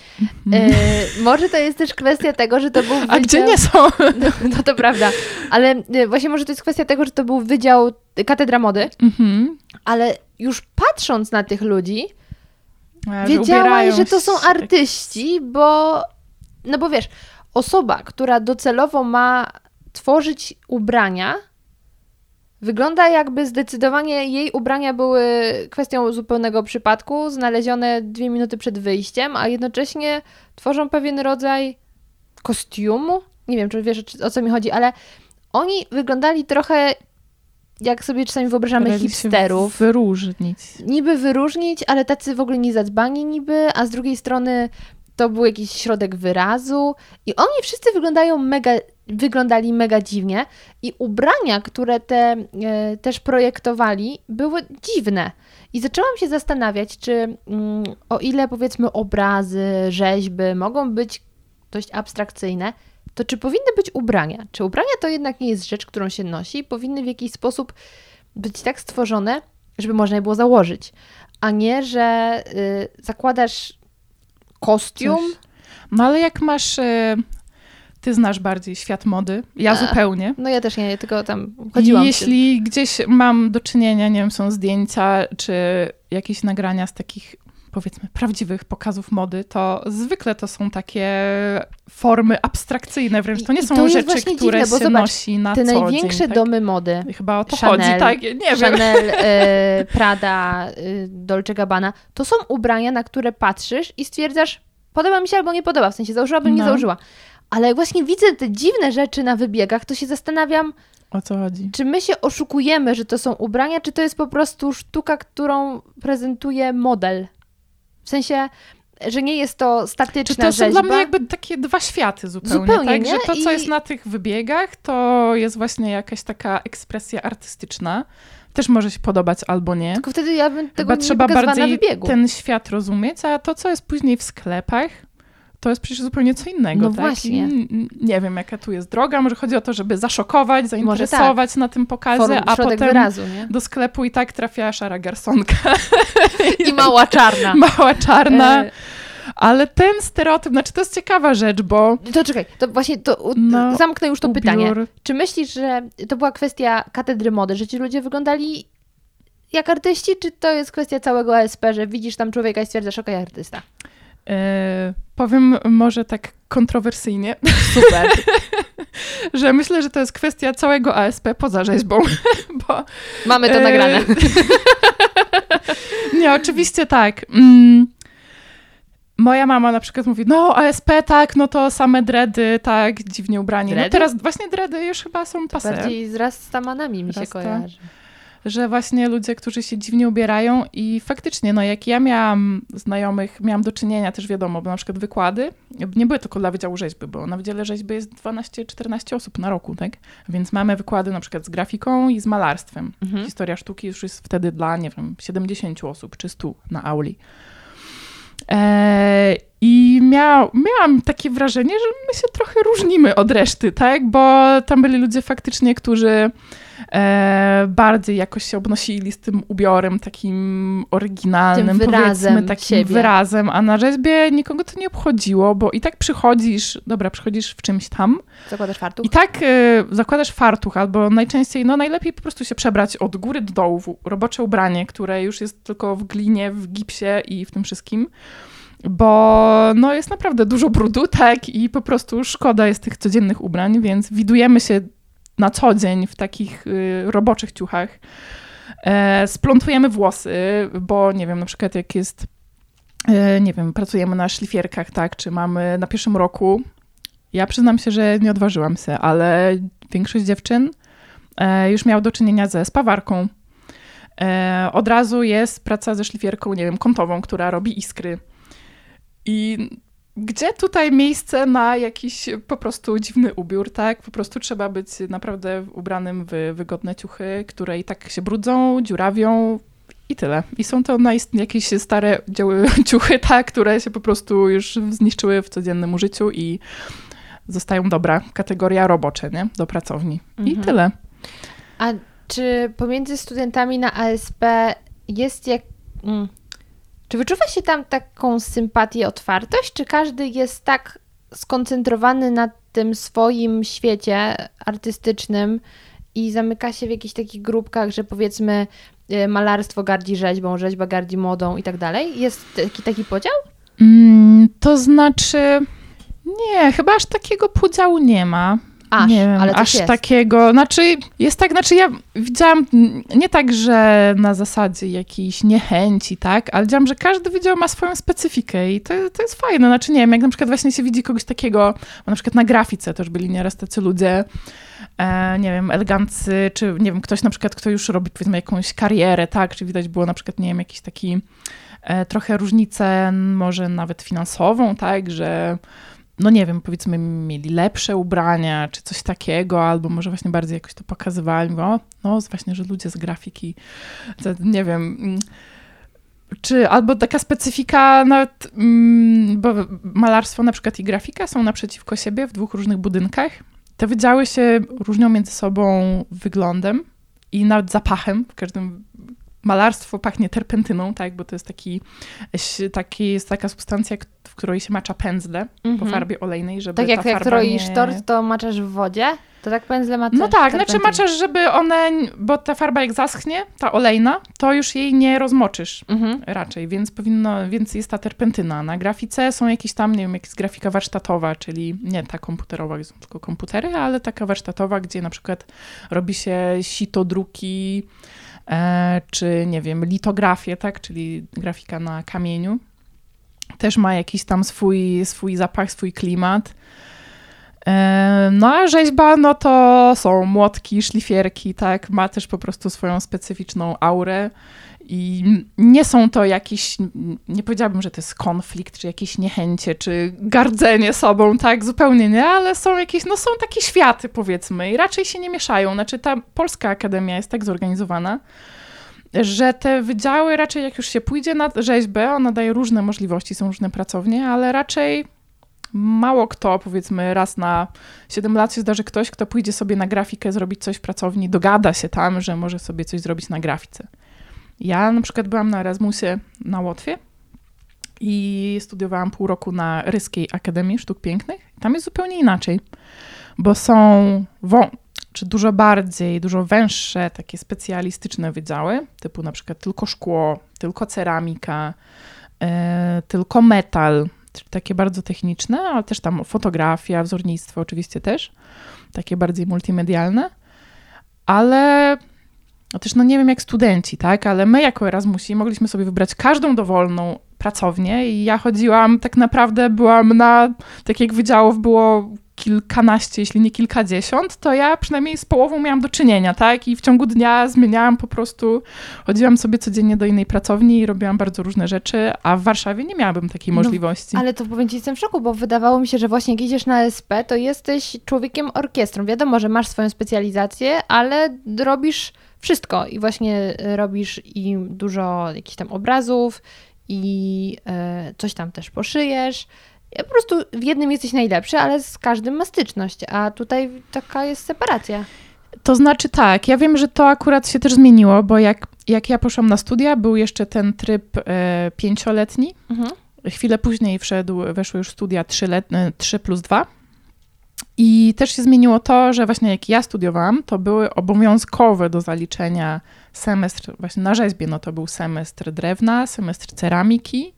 Może to jest też kwestia tego, że to był wydział...
A gdzie nie są?
No to prawda, ale właśnie może to jest kwestia tego, że to był wydział Katedra Mody, ale już patrząc na tych ludzi, wiedziałaś, że to są artyści, bo wiesz, osoba, która docelowo ma tworzyć ubrania, wygląda jakby zdecydowanie jej ubrania były kwestią zupełnego przypadku, znalezione 2 minuty przed wyjściem, a jednocześnie tworzą pewien rodzaj kostiumu. Nie wiem, czy wiesz, o co mi chodzi, ale oni wyglądali trochę, jak sobie czasami wyobrażamy hipsterów. Niby wyróżnić, ale tacy w ogóle nie zadbani niby, a z drugiej strony to był jakiś środek wyrazu i oni wszyscy wyglądali mega dziwnie i ubrania, które te też projektowali, były dziwne. I zaczęłam się zastanawiać, czy o ile powiedzmy obrazy, rzeźby mogą być dość abstrakcyjne, to czy powinny być ubrania? Czy ubrania to jednak nie jest rzecz, którą się nosi? Powinny w jakiś sposób być tak stworzone, żeby można je było założyć, a nie, że zakładasz kostium.
No ale jak masz... Ty znasz bardziej świat mody, ja zupełnie.
No ja też nie, tylko tam chodziłam.
Jeśli gdzieś mam do czynienia, nie wiem, są zdjęcia, czy jakieś nagrania z takich, powiedzmy, prawdziwych pokazów mody, to zwykle to są takie formy abstrakcyjne wręcz. To nie są rzeczy, które
dziwne,
się nosi na co dzień.
Te największe domy mody.
Chyba o to
Chanel,
chodzi, tak? Nie wiem.
Chanel, Prada, Dolce Gabbana. To są ubrania, na które patrzysz i stwierdzasz, podoba mi się albo nie podoba. W sensie założyłabym, nie założyła. Ale jak właśnie widzę te dziwne rzeczy na wybiegach, to się zastanawiam,
o co chodzi? Czy
my się oszukujemy, że to są ubrania, czy to jest po prostu sztuka, którą prezentuje model? W sensie, że nie jest to statyczna rzeźba.
To są dla mnie jakby takie 2 światy zupełnie tak?
Nie?
Że to, co jest na tych wybiegach, to jest właśnie jakaś taka ekspresja artystyczna. Też może się podobać albo nie.
Tylko wtedy ja bym tego
chyba
nie
trzeba
pokazywała
bardziej
na wybiegu.
ten świat rozumieć, a to, co jest później w sklepach, to jest przecież zupełnie co innego.
No
tak?
właśnie.
Nie wiem, jaka tu jest droga. Może chodzi o to, żeby zaszokować, zainteresować na tym pokazie, a potem
wyrazu, nie?
do sklepu i tak trafia szara garsonka.
I mała czarna.
Mała czarna. Ale ten stereotyp, znaczy to jest ciekawa rzecz, bo...
To czekaj, to właśnie zamknę już to pytanie. Czy myślisz, że to była kwestia katedry mody, że ci ludzie wyglądali jak artyści, czy to jest kwestia całego ASP, że widzisz tam człowieka i stwierdzasz, okej, artysta?
Powiem może tak kontrowersyjnie.
Super.
Że myślę, że to jest kwestia całego ASP poza rzeźbą. Bo,
mamy to nagrane.
Nie, oczywiście tak. Moja mama na przykład mówi, no ASP tak, no to same dready, tak, dziwnie ubrani.
Dready?
No teraz właśnie dready już chyba są
passé. Bardziej z Rastamanami mi się kojarzy.
Że właśnie ludzie, którzy się dziwnie ubierają i faktycznie, no jak ja miałam znajomych, miałam do czynienia też wiadomo, bo na przykład wykłady nie były tylko dla Wydziału Rzeźby, bo na Wydziale Rzeźby jest 12-14 osób na roku, tak? Więc mamy wykłady na przykład z grafiką i z malarstwem. Historia sztuki już jest wtedy dla, nie wiem, 70 osób czy 100 na auli. I miałam takie wrażenie, że my się trochę różnimy od reszty, tak? Bo tam byli ludzie faktycznie, którzy bardziej jakoś się obnosili z tym ubiorem takim oryginalnym,
tym wyrazem
powiedzmy takim wyrazem, a na rzeźbie nikogo to nie obchodziło, bo i tak przychodzisz w czymś tam.
Zakładasz fartuch?
I tak zakładasz fartuch, albo najczęściej, no najlepiej po prostu się przebrać od góry do dołu w robocze ubranie, które już jest tylko w glinie, w gipsie i w tym wszystkim. Bo no jest naprawdę dużo brudu, tak, i po prostu szkoda jest tych codziennych ubrań, więc widujemy się na co dzień w takich roboczych ciuchach. Splątujemy włosy, bo nie wiem, na przykład jak jest, nie wiem, pracujemy na szlifierkach, tak, czy mamy na pierwszym roku. Ja przyznam się, że nie odważyłam się, ale większość dziewczyn już miała do czynienia ze spawarką. Od razu jest praca ze szlifierką, nie wiem, kątową, która robi iskry. I gdzie tutaj miejsce na jakiś po prostu dziwny ubiór, tak? Po prostu trzeba być naprawdę ubranym w wygodne ciuchy, które i tak się brudzą, dziurawią i tyle. I są to jakieś stare ciuchy, tak, które się po prostu już zniszczyły w codziennym użyciu i zostają dobra. Kategoria robocze, nie? Do pracowni. I tyle.
A czy pomiędzy studentami na ASP jest czy wyczuwa się tam taką sympatię, otwartość, czy każdy jest tak skoncentrowany na tym swoim świecie artystycznym i zamyka się w jakichś takich grupkach, że powiedzmy malarstwo gardzi rzeźbą, rzeźba gardzi modą i tak dalej? Jest taki podział?
To znaczy, nie, chyba aż takiego podziału nie ma. Nie wiem,
ale
aż
jest.
takiego, jest tak, ja widziałam nie tak, że na zasadzie jakiejś niechęci, tak, ale widziałam, że każdy wydział ma swoją specyfikę i to jest fajne, nie wiem, jak na przykład właśnie się widzi kogoś takiego, bo na przykład na grafice też byli nieraz tacy ludzie, nie wiem, eleganccy, czy nie wiem, ktoś na przykład, kto już robi powiedzmy jakąś karierę, tak, czy widać było na przykład, nie wiem, jakiś taki trochę różnicę, może nawet finansową, tak, że nie wiem, powiedzmy mieli lepsze ubrania, czy coś takiego, albo może właśnie bardziej jakoś to pokazywali, właśnie, że ludzie z grafiki, nie wiem, czy albo taka specyfika, nawet, bo malarstwo na przykład i grafika są naprzeciwko siebie w dwóch różnych budynkach. Te wydziały się różnią między sobą wyglądem i nawet zapachem. W każdym malarstwo pachnie terpentyną, tak, bo to jest jest taka substancja, w której się macza pędzle po farbie olejnej, żeby
tak
ta farba
jak roisz tort, to maczasz w wodzie, to tak pędzle maczasz.
No tak, maczasz, żeby bo ta farba jak zaschnie, ta olejna, to już jej nie rozmoczysz raczej, więc jest ta terpentyna. Na grafice są jakieś tam, nie wiem, jakaś grafika warsztatowa, czyli nie ta komputerowa, gdzie są tylko komputery, ale taka warsztatowa, gdzie na przykład robi się sitodruki, czy nie wiem, litografię, tak, czyli grafika na kamieniu. Też ma jakiś tam swój zapach, swój klimat. A rzeźba, to są młotki, szlifierki, tak, ma też po prostu swoją specyficzną aurę i nie są to nie powiedziałabym, że to jest konflikt, czy jakieś niechęcie, czy gardzenie sobą, tak, zupełnie nie, ale są jakieś, są takie światy, powiedzmy, i raczej się nie mieszają. Ta Polska Akademia jest tak zorganizowana, że te wydziały raczej jak już się pójdzie na rzeźbę, ona daje różne możliwości, są różne pracownie, ale raczej mało kto, powiedzmy raz na 7 lat się zdarzy ktoś, kto pójdzie sobie na grafikę zrobić coś w pracowni, dogada się tam, że może sobie coś zrobić na grafice. Ja na przykład byłam na Erasmusie na Łotwie i studiowałam pół roku na Ryskiej Akademii Sztuk Pięknych. Tam jest zupełnie inaczej, bo są dużo węższe, takie specjalistyczne wydziały, typu na przykład tylko szkło, tylko ceramika, tylko metal, takie bardzo techniczne, ale też tam fotografia, wzornictwo oczywiście też, takie bardziej multimedialne, ale też nie wiem jak studenci, tak, ale my jako Erasmusi mogliśmy sobie wybrać każdą dowolną pracownię i ja chodziłam, tak naprawdę byłam tak jak wydziałów było kilkanaście, jeśli nie kilkadziesiąt, to ja przynajmniej z połową miałam do czynienia, tak? I w ciągu dnia zmieniałam po prostu, chodziłam sobie codziennie do innej pracowni i robiłam bardzo różne rzeczy, a w Warszawie nie miałabym takiej możliwości.
Ale to powiem ci, jestem w szoku, bo wydawało mi się, że właśnie jak idziesz na SP, to jesteś człowiekiem orkiestrą. Wiadomo, że masz swoją specjalizację, ale robisz wszystko i właśnie robisz i dużo jakichś tam obrazów i coś tam też poszyjesz. Po prostu w jednym jesteś najlepszy, ale z każdym ma styczność, a tutaj taka jest separacja.
To znaczy tak, ja wiem, że to akurat się też zmieniło, bo jak ja poszłam na studia, był jeszcze ten tryb 5-letni. Chwilę później weszły już studia 3+2. I też się zmieniło to, że właśnie jak ja studiowałam, to były obowiązkowe do zaliczenia semestr, właśnie na rzeźbie, to był semestr drewna, semestr ceramiki,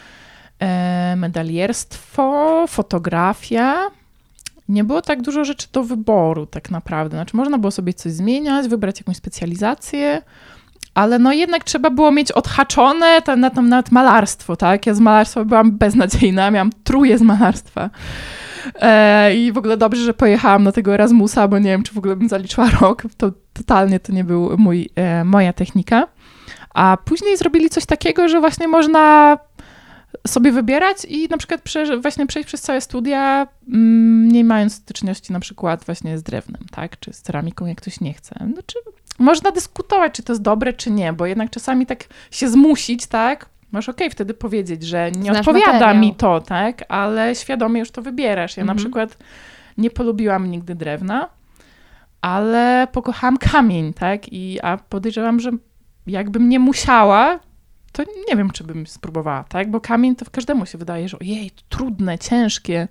medalierstwo, fotografia. Nie było tak dużo rzeczy do wyboru tak naprawdę. Można było sobie coś zmieniać, wybrać jakąś specjalizację, ale jednak trzeba było mieć odhaczone nawet malarstwo, tak? Ja z malarstwa byłam beznadziejna, miałam truje z malarstwa. I w ogóle dobrze, że pojechałam na tego Erasmusa, bo nie wiem, czy w ogóle bym zaliczyła rok. To totalnie to nie był moja technika. A później zrobili coś takiego, że właśnie można sobie wybierać i na przykład przejść przez całe studia, nie mając styczności na przykład właśnie z drewnem, tak, czy z ceramiką, jak ktoś nie chce. można dyskutować, czy to jest dobre, czy nie, bo jednak czasami tak się zmusić, tak? Możesz wtedy powiedzieć, że nie odpowiada
materiał.
mi to, tak? Ale świadomie już to wybierasz. Ja na przykład nie polubiłam nigdy drewna, ale pokochałam kamień, tak? A podejrzewam, że jakbym nie musiała, to nie wiem, czy bym spróbowała, tak? Bo kamień to każdemu się wydaje, że ojej, to trudne, ciężkie,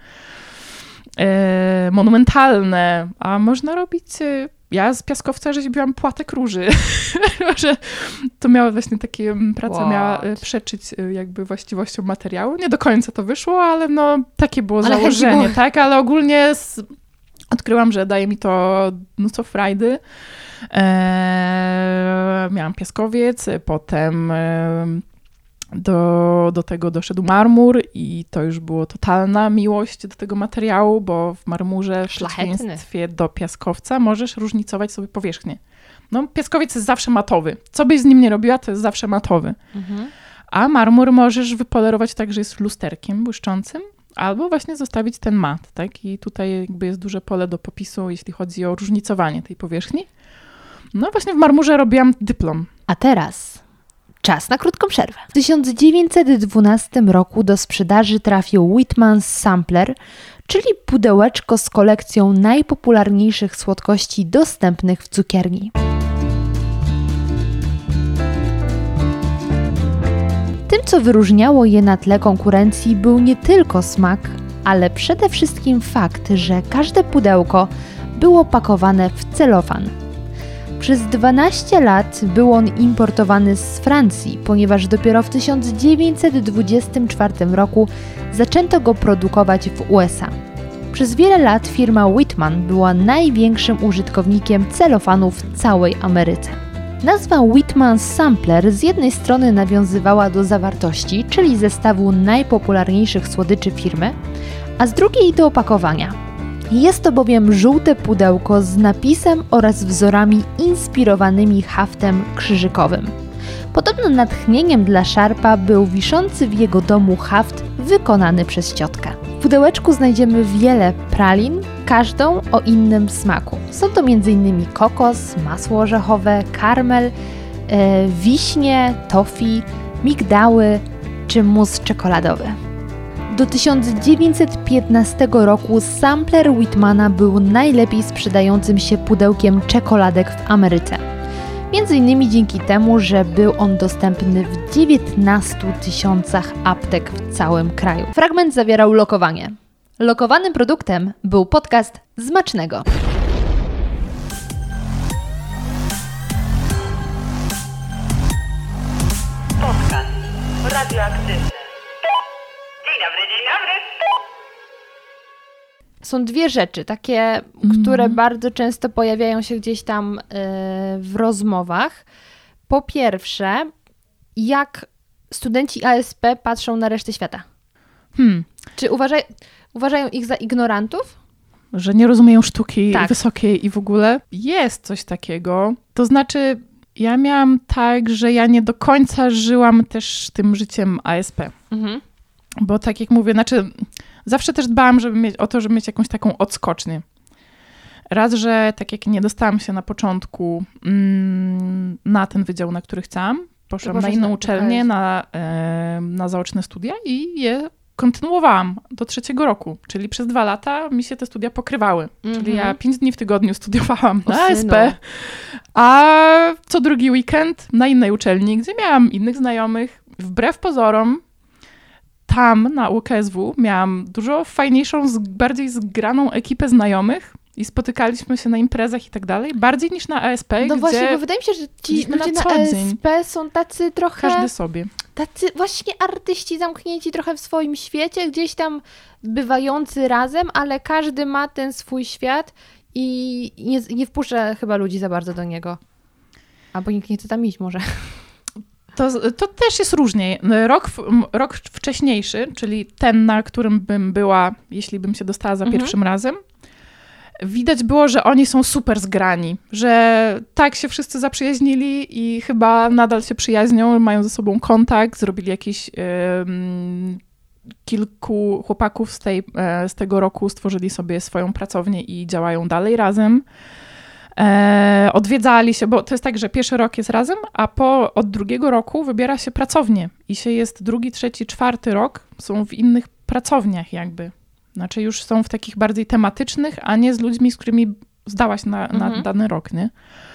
monumentalne, a można robić... Ja z piaskowca rzeźbiłam płatek róży, że to miała właśnie takie, praca miała przeczyć jakby właściwością materiału. Nie do końca to wyszło, ale no takie było założenie, tak? Ale ogólnie odkryłam, że daje mi to mnóstwo frajdy. Miałam piaskowiec, potem do tego doszedł marmur i to już było totalna miłość do tego materiału, bo w marmurze w przeciwieństwie do piaskowca możesz różnicować sobie powierzchnię. No, piaskowiec jest zawsze matowy. Co byś z nim nie robiła, to jest zawsze matowy. A marmur możesz wypolerować tak, że jest lusterkiem błyszczącym, albo właśnie zostawić ten mat, tak? I tutaj jakby jest duże pole do popisu, jeśli chodzi o różnicowanie tej powierzchni. No właśnie w marmurze robiłam dyplom.
A teraz czas na krótką przerwę. W 1912 roku do sprzedaży trafił Whitman's Sampler, czyli pudełeczko z kolekcją najpopularniejszych słodkości dostępnych w cukierni. Tym, co wyróżniało je na tle konkurencji, był nie tylko smak, ale przede wszystkim fakt, że każde pudełko było pakowane w celofan. Przez 12 lat był on importowany z Francji, ponieważ dopiero w 1924 roku zaczęto go produkować w USA. Przez wiele lat firma Whitman była największym użytkownikiem celofanu w całej Ameryce. Nazwa Whitman's Sampler z jednej strony nawiązywała do zawartości, czyli zestawu najpopularniejszych słodyczy firmy, a z drugiej do opakowania. Jest to bowiem żółte pudełko z napisem oraz wzorami inspirowanymi haftem krzyżykowym. Podobno natchnieniem dla Sharpa był wiszący w jego domu haft wykonany przez ciotkę. W pudełeczku znajdziemy wiele pralin, każdą o innym smaku. Są to m.in. kokos, masło orzechowe, karmel, wiśnie, toffee, migdały czy mus czekoladowy. Do 1915 roku Sampler Whitmana był najlepiej sprzedającym się pudełkiem czekoladek w Ameryce. Między innymi dzięki temu, że był on dostępny w 19 000 aptek w całym kraju. Fragment zawierał lokowanie. Lokowanym produktem był podcast Smacznego.
Podcast radioaktywny. Dzień dobry, dzień dobry.
Są dwie rzeczy, takie, które bardzo często pojawiają się gdzieś tam w rozmowach. Po pierwsze, jak studenci ASP patrzą na resztę świata? Czy uważają ich za ignorantów?
Że nie rozumieją sztuki wysokiej i w ogóle? Jest coś takiego. To znaczy, ja miałam tak, że ja nie do końca żyłam też tym życiem ASP. Bo tak jak mówię, zawsze też dbałam, żeby mieć jakąś taką odskocznię. Raz, że tak jak nie dostałam się na początku na ten wydział, na który chciałam, poszłam na inną uczelnię, na zaoczne studia i je kontynuowałam do 3. roku. Czyli przez 2 lata mi się te studia pokrywały. Czyli ja 5 dni w tygodniu studiowałam na ASP, a co drugi weekend na innej uczelni, gdzie miałam innych znajomych. Wbrew pozorom, tam na UKSW miałam dużo fajniejszą, bardziej zgraną ekipę znajomych i spotykaliśmy się na imprezach i tak dalej, bardziej niż na ASP,
No właśnie, bo wydaje mi się, że ci ludzie na ASP są tacy trochę...
Każdy sobie.
Tacy właśnie artyści zamknięci trochę w swoim świecie, gdzieś tam bywający razem, ale każdy ma ten swój świat i nie wpuszcza chyba ludzi za bardzo do niego. Albo nikt nie chce tam iść może.
To też jest różnie. Rok wcześniejszy, czyli ten, na którym bym była, jeśli bym się dostała za pierwszym razem, widać było, że oni są super zgrani, że tak się wszyscy zaprzyjaźnili i chyba nadal się przyjaźnią, mają ze sobą kontakt, zrobili jakieś kilku chłopaków z tego roku, stworzyli sobie swoją pracownię i działają dalej razem. Odwiedzali się, bo to jest tak, że pierwszy rok jest razem, a od drugiego roku wybiera się pracownię i się jest drugi, trzeci, czwarty rok, są w innych pracowniach jakby. Znaczy już są w takich bardziej tematycznych, a nie z ludźmi, z którymi zdałaś na dany rok, nie?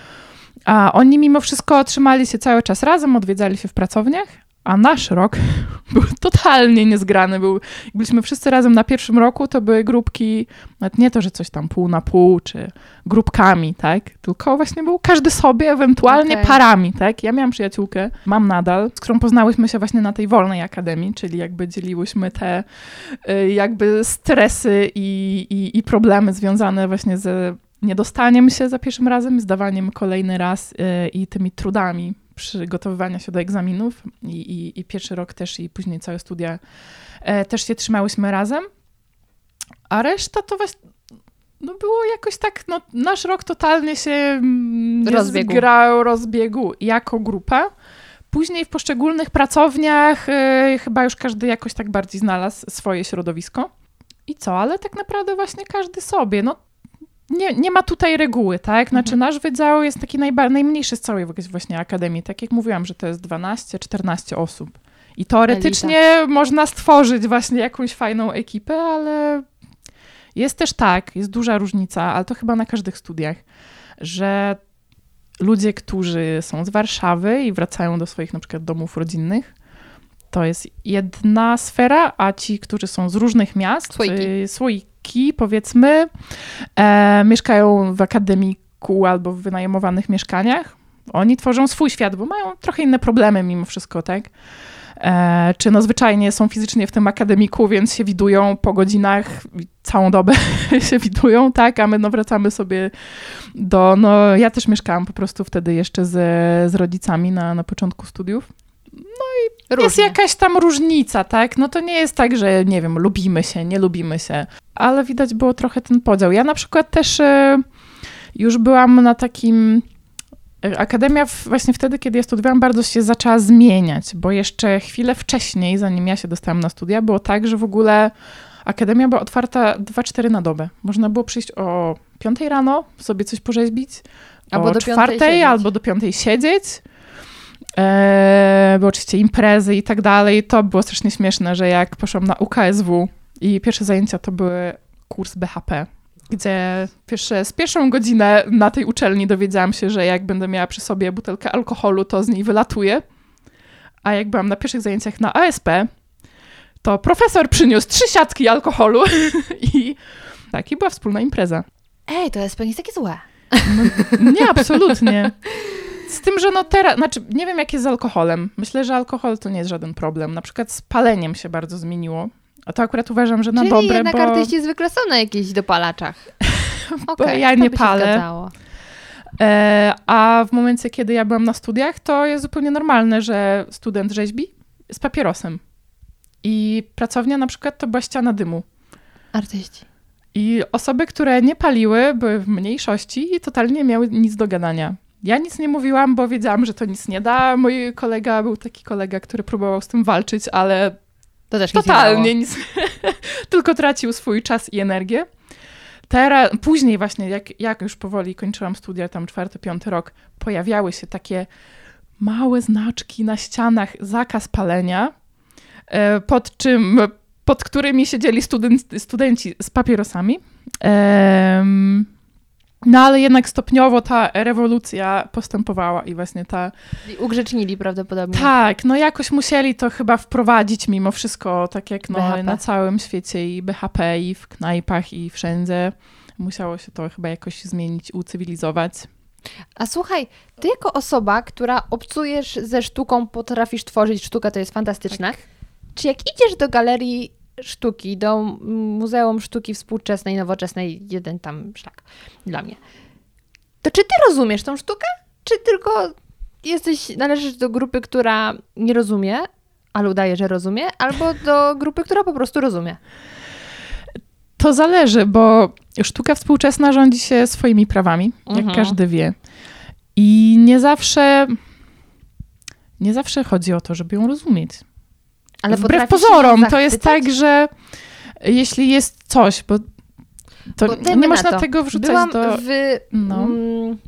A oni mimo wszystko trzymali się cały czas razem, odwiedzali się w pracowniach, a nasz rok był totalnie niezgrany. Jak byliśmy wszyscy razem na pierwszym roku, to były grupki, nawet nie to, że coś tam pół na pół, czy grupkami, tak? Tylko właśnie był każdy sobie, ewentualnie parami, tak? Ja miałam przyjaciółkę, mam nadal, z którą poznałyśmy się właśnie na tej wolnej akademii, czyli jakby dzieliłyśmy te jakby stresy i problemy związane właśnie z niedostaniem się za pierwszym razem, zdawaniem kolejny raz i tymi trudami przygotowywania się do egzaminów i pierwszy rok też i później całe studia też się trzymałyśmy razem, a reszta to właśnie było jakoś tak, nasz rok totalnie się rozbiegł jako grupa. Później w poszczególnych pracowniach chyba już każdy jakoś tak bardziej znalazł swoje środowisko. I co? Ale tak naprawdę właśnie każdy sobie, nie ma tutaj reguły, tak? Znaczy nasz wydział jest taki najmniejszy z całej właśnie akademii. Tak jak mówiłam, że to jest 12-14 osób. I teoretycznie można stworzyć właśnie jakąś fajną ekipę, ale jest też tak, jest duża różnica, ale to chyba na każdych studiach, że ludzie, którzy są z Warszawy i wracają do swoich na przykład domów rodzinnych, to jest jedna sfera, a ci, którzy są z różnych miast, słoiki powiedzmy, mieszkają w akademiku albo w wynajmowanych mieszkaniach, oni tworzą swój świat, bo mają trochę inne problemy mimo wszystko, tak? Czy zwyczajnie są fizycznie w tym akademiku, więc się widują po godzinach, całą dobę się widują, tak? A my wracamy sobie ja też mieszkałam po prostu wtedy jeszcze z rodzicami na początku studiów. Różnie. Jest jakaś tam różnica, tak? To nie jest tak, że nie wiem, lubimy się, nie lubimy się, ale widać było trochę ten podział. Ja na przykład też już byłam na takim... Akademia właśnie wtedy, kiedy ja studiowałam, bardzo się zaczęła zmieniać, bo jeszcze chwilę wcześniej, zanim ja się dostałam na studia, było tak, że w ogóle akademia była otwarta 2-4 na dobę. Można było przyjść o 5 rano, sobie coś porzeźbić, albo o 4 albo do 5 siedzieć. Bo oczywiście imprezy i tak dalej. To było strasznie śmieszne, że jak poszłam na UKSW i pierwsze zajęcia to były kurs BHP, gdzie z pierwszą godzinę na tej uczelni dowiedziałam się, że jak będę miała przy sobie butelkę alkoholu, to z niej wylatuję. A jak byłam na pierwszych zajęciach na ASP, to profesor przyniósł 3 siatki alkoholu i była wspólna impreza.
Ej, to ASP nie jest takie złe.
Nie, absolutnie. Z tym, że teraz, nie wiem jak jest z alkoholem. Myślę, że alkohol to nie jest żaden problem. Na przykład z paleniem się bardzo zmieniło. A to akurat uważam, że na dobre,
Czyli jednak artyści zwykle są na jakichś dopalaczach.
Bo ja nie palę. A w momencie, kiedy ja byłam na studiach, to jest zupełnie normalne, że student rzeźbi z papierosem. I pracownia na przykład to była ściana dymu.
Artyści.
I osoby, które nie paliły, były w mniejszości i totalnie nie miały nic do gadania. Ja nic nie mówiłam, bo wiedziałam, że to nic nie da. Mój kolega był taki kolega, który próbował z tym walczyć, ale
to też
totalnie nic. Tylko tracił swój czas i energię. Później właśnie, jak już powoli kończyłam studia, tam 4-5 rok, pojawiały się takie małe znaczki na ścianach, zakaz palenia, pod którymi siedzieli studenci z papierosami. Ale jednak stopniowo ta rewolucja postępowała i właśnie
I ugrzecznili prawdopodobnie.
Tak, jakoś musieli to chyba wprowadzić mimo wszystko, tak jak na całym świecie i BHP i w knajpach i wszędzie. Musiało się to chyba jakoś zmienić, ucywilizować.
A słuchaj, ty jako osoba, która obcujesz ze sztuką, potrafisz tworzyć, sztuka to jest fantastyczne. Tak. Czy jak idziesz do galerii sztuki, do Muzeum Sztuki Współczesnej, Nowoczesnej, jeden tam szlak dla mnie, to czy ty rozumiesz tą sztukę? Czy tylko należysz do grupy, która nie rozumie, ale udaje, że rozumie, albo do grupy, która po prostu rozumie?
To zależy, bo sztuka współczesna rządzi się swoimi prawami, jak każdy wie. I nie zawsze chodzi o to, żeby ją rozumieć.
Ale
wbrew pozorom, to jest tak, że jeśli jest coś, bo nie można tego wrzucać
Byłam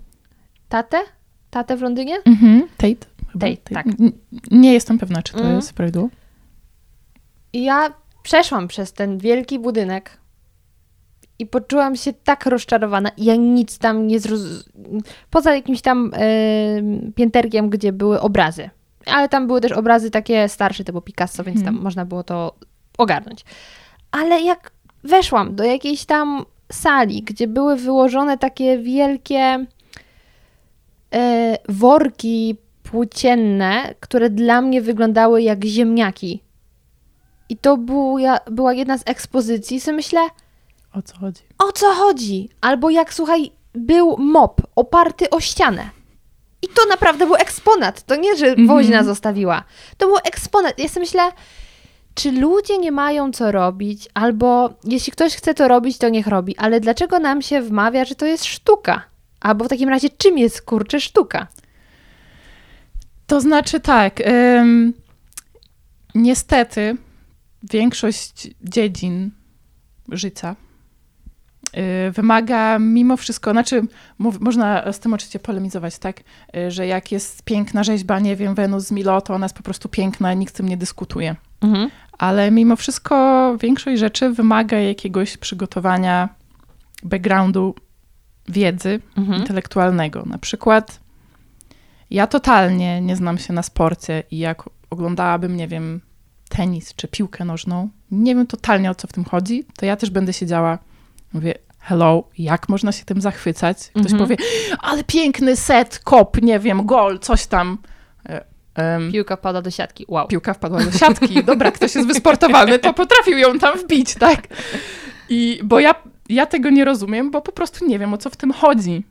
Tate w Londynie?
Tate. Chyba.
Tate, tak.
Nie jestem pewna, czy to jest prawidłowo.
I ja przeszłam przez ten wielki budynek i poczułam się tak rozczarowana. Ja nic tam nie zrozumiałam. Poza jakimś tam pięterkiem, gdzie były obrazy. Ale tam były też obrazy takie starsze, typu Picasso, więc tam można było to ogarnąć. Ale jak weszłam do jakiejś tam sali, gdzie były wyłożone takie wielkie worki płócienne, które dla mnie wyglądały jak ziemniaki. I to była jedna z ekspozycji. Sobie myślę,
O co chodzi?
o co chodzi? Albo jak, słuchaj, był mop oparty o ścianę. I to naprawdę był eksponat. To nie, że woźna zostawiła. To był eksponat. Ja sobie myślę, czy ludzie nie mają co robić? Albo jeśli ktoś chce to robić, to niech robi. Ale dlaczego nam się wmawia, że to jest sztuka? Albo w takim razie, czym jest, kurczę, sztuka?
To znaczy tak, niestety większość dziedzin życia wymaga mimo wszystko, znaczy można z tym oczywiście polemizować, tak, że jak jest piękna rzeźba, nie wiem, Wenus z Milo, to ona jest po prostu piękna, nikt z tym nie dyskutuje. Ale mimo wszystko większość rzeczy wymaga jakiegoś przygotowania, backgroundu, wiedzy intelektualnego. Na przykład ja totalnie nie znam się na sporcie i jak oglądałabym, nie wiem, tenis czy piłkę nożną, nie wiem totalnie o co w tym chodzi, to ja też będę siedziała, mówię, hello, jak można się tym zachwycać? Ktoś powie, ale piękny set, kop, nie wiem, gol, coś tam.
Piłka wpadła do siatki, wow.
Piłka wpadła do siatki, dobra, ktoś jest wysportowany, to potrafił ją tam wbić, tak? Bo ja tego nie rozumiem, bo po prostu nie wiem, o co w tym chodzi.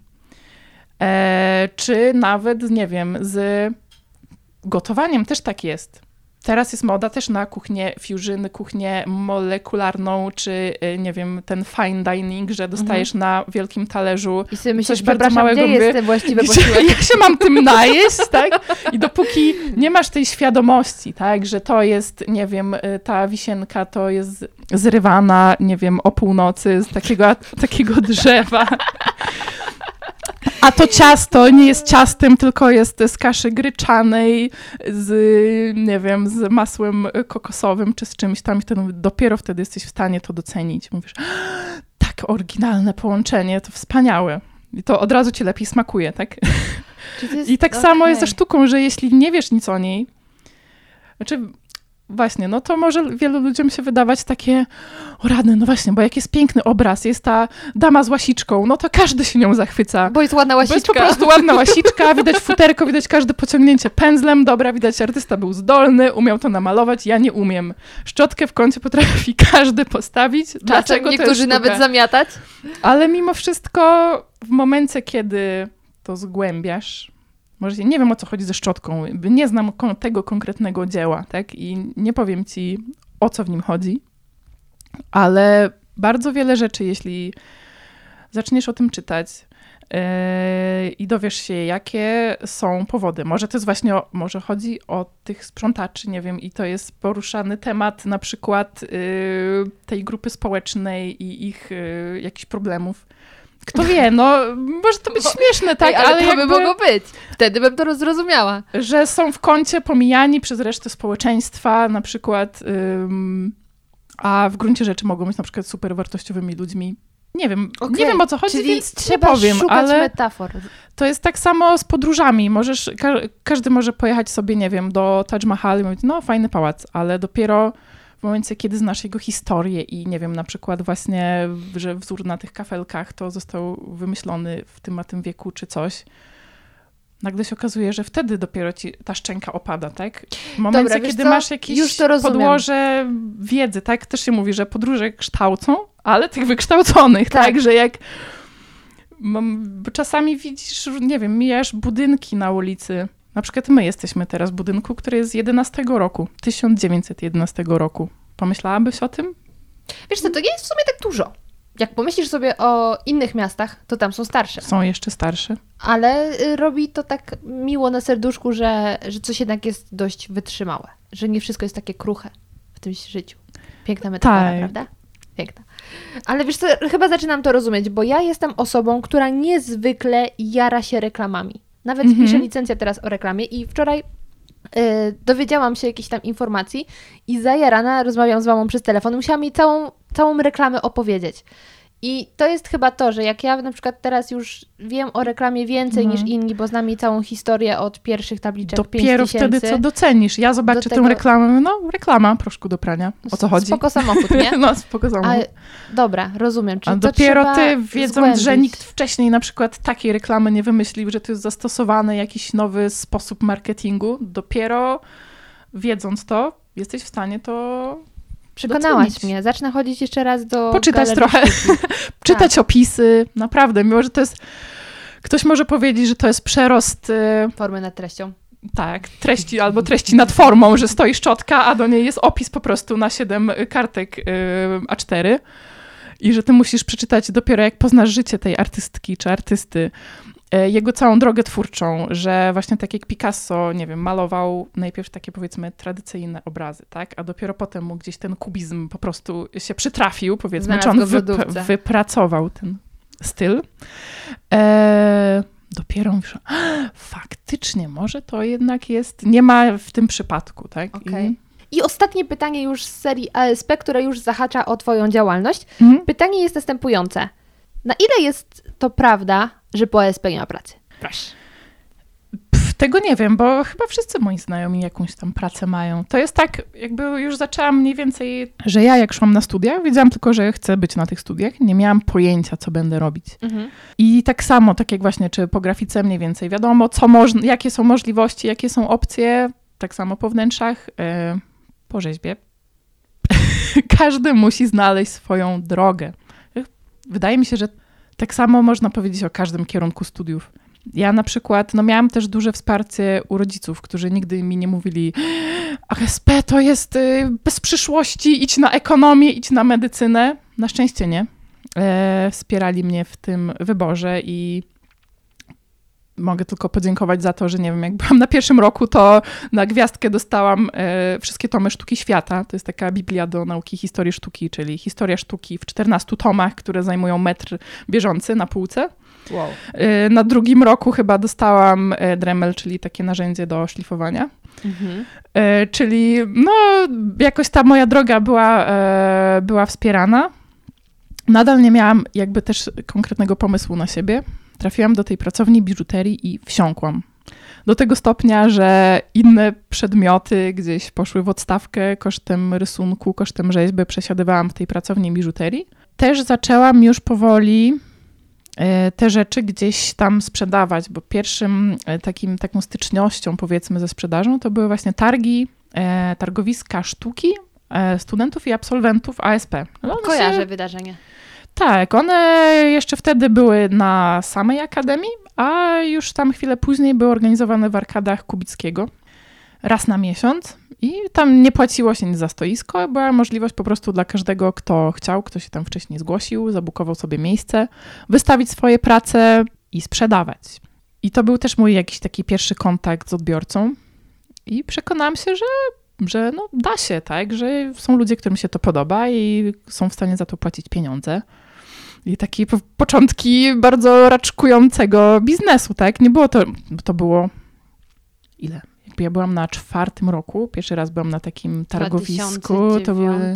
Czy nawet, nie wiem, z gotowaniem też tak jest. Teraz jest moda też na kuchnię fusion, kuchnię molekularną, czy nie wiem, ten fine dining, że dostajesz na wielkim talerzu
i sobie myślisz,
coś bardzo małego.
Gdzie jest ten właściwy posiłek?
Jak się mam tym najeść, tak? I dopóki nie masz tej świadomości, tak, że to jest, nie wiem, ta wisienka to jest zrywana, nie wiem, o północy z takiego drzewa. A to ciasto nie jest ciastem, tylko jest z kaszy gryczanej, z, nie wiem, z masłem kokosowym, czy z czymś tam. I dopiero wtedy jesteś w stanie to docenić. Mówisz, tak, oryginalne połączenie, to wspaniałe. I to od razu ci lepiej smakuje, tak? I tak samo jest ze sztuką, że jeśli nie wiesz nic o niej, znaczy właśnie, no to może wielu ludziom się wydawać takie, o rany, no właśnie, bo jak jest piękny obraz, jest ta dama z łasiczką, no to każdy się nią zachwyca.
Bo jest ładna łasiczka.
Bo jest po prostu ładna łasiczka, widać futerko, widać każde pociągnięcie pędzlem, dobra, widać artysta był zdolny, umiał to namalować, ja nie umiem. Szczotkę w kącie potrafi każdy postawić. Dlaczego
niektórzy nawet zamiatać.
Ale mimo wszystko w momencie, kiedy to zgłębiasz, może nie wiem, o co chodzi ze szczotką, nie znam tego konkretnego dzieła, tak? I nie powiem ci, o co w nim chodzi, ale bardzo wiele rzeczy, jeśli zaczniesz o tym czytać i dowiesz się, jakie są powody. Może to jest właśnie, może chodzi o tych sprzątaczy, nie wiem, i to jest poruszany temat na przykład tej grupy społecznej i ich jakichś problemów. Kto wie, no może to być śmieszne, tak?
Ale to by mogło być. Wtedy bym to zrozumiała.
Że są w kącie pomijani przez resztę społeczeństwa na przykład, a w gruncie rzeczy mogą być na przykład super wartościowymi ludźmi. Nie wiem, nie wiem o co chodzi,
czyli
więc
trzeba
nie powiem,
szukać
ale
metafor.
to jest tak samo z podróżami. Każdy może pojechać sobie, nie wiem, do Taj Mahal i mówić, no fajny pałac, ale dopiero w momencie, kiedy znasz jego historię i nie wiem, na przykład właśnie, że wzór na tych kafelkach to został wymyślony w tym a tym wieku czy coś, nagle się okazuje, że wtedy dopiero ci ta szczęka opada, tak? W momencie, kiedy masz jakieś podłoże wiedzy, tak? Też się mówi, że podróże kształcą, ale tych wykształconych, tak? Że jak czasami widzisz, nie wiem, mijasz budynki na ulicy. Na przykład my jesteśmy teraz w budynku, który jest z 1911 roku. Pomyślałabyś o tym?
Wiesz co, to nie jest w sumie tak dużo. Jak pomyślisz sobie o innych miastach, to tam są starsze.
Są jeszcze starsze.
Ale robi to tak miło na serduszku, że coś jednak jest dość wytrzymałe. Że nie wszystko jest takie kruche w tym życiu. Piękna metafora, prawda? Piękna. Ale wiesz co, chyba zaczynam to rozumieć, bo ja jestem osobą, która niezwykle jara się reklamami. Nawet piszę licencję teraz o reklamie i wczoraj dowiedziałam się jakiejś tam informacji i zajarana rozmawiam z mamą przez telefon. Musiałam mi całą reklamę opowiedzieć. I to jest chyba to, że jak ja na przykład teraz już wiem o reklamie więcej niż inni, bo znam jej całą historię od pierwszych tabliczek 5000.
Dopiero wtedy co docenisz. Ja zobaczę tę reklamę, reklama proszku do prania. O co chodzi?
Spoko samochód, nie?
No, spoko samochód.
Ale, dobra, rozumiem. Czyli
a dopiero ty, wiedząc, że nikt wcześniej na przykład takiej reklamy nie wymyślił, że to jest zastosowany jakiś nowy sposób marketingu, dopiero wiedząc to, jesteś w stanie to
przekonałaś
docenić.
mnie. Zacznę chodzić jeszcze raz do
poczytać trochę, czytać opisy. Naprawdę, mimo że to jest... Ktoś może powiedzieć, że to jest przerost...
formy nad treścią.
Tak, treści albo treści nad formą, że stoi szczotka, a do niej jest opis po prostu na 7 kartek A4 i że ty musisz przeczytać dopiero jak poznasz życie tej artystki czy artysty, jego całą drogę twórczą, że właśnie tak jak Picasso, nie wiem, malował najpierw takie powiedzmy tradycyjne obrazy, tak, a dopiero potem mu gdzieś ten kubizm po prostu się przytrafił, powiedzmy, czy on wypracował ten styl. Dopiero mówisz, faktycznie, może to jednak jest, nie ma w tym przypadku, tak?
Okay. I ostatnie pytanie już z serii ASP, które już zahacza o twoją działalność. Pytanie jest następujące. Na ile jest to prawda, że po ASP nie ma pracy? Proszę.
Tego nie wiem, bo chyba wszyscy moi znajomi jakąś tam pracę mają. To jest tak, jakby już zaczęłam mniej więcej, że ja jak szłam na studia, wiedziałam tylko, że chcę być na tych studiach. Nie miałam pojęcia, co będę robić. I tak samo, tak jak właśnie, czy po grafice mniej więcej wiadomo, jakie są możliwości, jakie są opcje, tak samo po wnętrzach, po rzeźbie. Każdy musi znaleźć swoją drogę. Wydaje mi się, że tak samo można powiedzieć o każdym kierunku studiów. Ja na przykład, miałam też duże wsparcie u rodziców, którzy nigdy mi nie mówili ASP to jest bez przyszłości, idź na ekonomię, idź na medycynę. Na szczęście nie. Wspierali mnie w tym wyborze i mogę tylko podziękować za to, że nie wiem, jak byłam na pierwszym roku, to na gwiazdkę dostałam wszystkie tomy Sztuki Świata. To jest taka biblia do nauki historii sztuki, czyli historia sztuki w 14 tomach, które zajmują metr bieżący na półce.
Wow.
Na drugim roku chyba dostałam Dremel, czyli takie narzędzie do szlifowania. Czyli jakoś ta moja droga była wspierana. Nadal nie miałam jakby też konkretnego pomysłu na siebie. Trafiłam do tej pracowni biżuterii i wsiąkłam. Do tego stopnia, że inne przedmioty gdzieś poszły w odstawkę kosztem rysunku, kosztem rzeźby. Przesiadywałam w tej pracowni biżuterii. Też zaczęłam już powoli te rzeczy gdzieś tam sprzedawać, bo pierwszym taką stycznością, powiedzmy, ze sprzedażą to były właśnie targowiska sztuki studentów i absolwentów ASP.
Kojarzę wydarzenie.
Tak, one jeszcze wtedy były na samej Akademii, a już tam chwilę później były organizowane w arkadach Kubickiego raz na miesiąc i tam nie płaciło się nic za stoisko, była możliwość po prostu dla każdego, kto chciał, kto się tam wcześniej zgłosił, zabukował sobie miejsce, wystawić swoje prace i sprzedawać. I to był też mój jakiś taki pierwszy kontakt z odbiorcą i przekonałam się, że da się, tak, że są ludzie, którym się to podoba i są w stanie za to płacić pieniądze. I takie początki bardzo raczkującego biznesu, tak? Nie było to było... Ile? Jakby ja byłam na 4. roku, pierwszy raz byłam na takim targowisku.
2009?
To były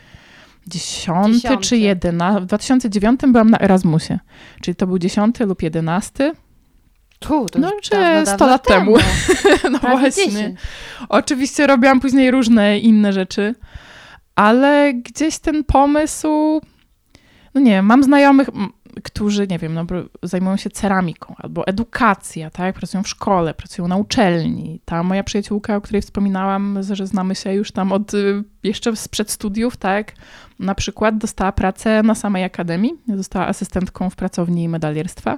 10 czy 11. W 2009 byłam na Erasmusie, czyli to był 10 lub 11.
To
czy 100 lat temu. No właśnie. 10. Oczywiście robiłam później różne inne rzeczy, ale gdzieś ten pomysł, nie wiem, mam znajomych, którzy, nie wiem, zajmują się ceramiką albo edukacja, tak, pracują w szkole, pracują na uczelni. Ta moja przyjaciółka, o której wspominałam, że znamy się już tam jeszcze sprzed studiów, tak, na przykład dostała pracę na samej Akademii, została asystentką w pracowni medalierstwa.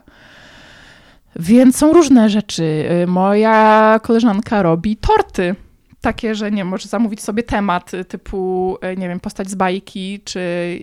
Więc są różne rzeczy. Moja koleżanka robi torty. Takie, że nie możesz zamówić sobie temat typu, nie wiem, postać z bajki, czy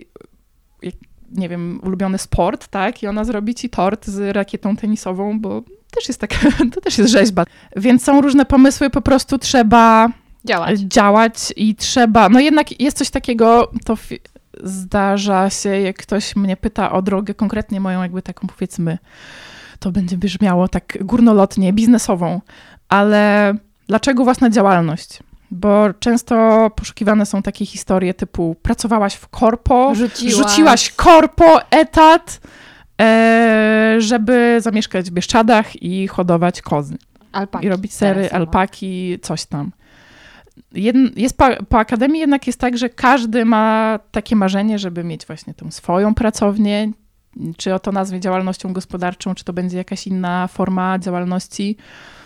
nie wiem, ulubiony sport, tak? I ona zrobi ci tort z rakietą tenisową, bo też jest taka, to też jest rzeźba. Więc są różne pomysły, po prostu trzeba działać i trzeba, jednak jest coś takiego, to zdarza się, jak ktoś mnie pyta o drogę, konkretnie moją jakby taką, powiedzmy, to będzie brzmiało tak górnolotnie, biznesową, ale dlaczego własna działalność? Bo często poszukiwane są takie historie typu pracowałaś w korpo, rzuciłaś korpo, etat, żeby zamieszkać w Bieszczadach i hodować kozy.
Alpaki.
I robić sery, alpaki, coś tam. Po akademii jednak jest tak, że każdy ma takie marzenie, żeby mieć właśnie tą swoją pracownię, czy o to nazwie działalnością gospodarczą, czy to będzie jakaś inna forma działalności.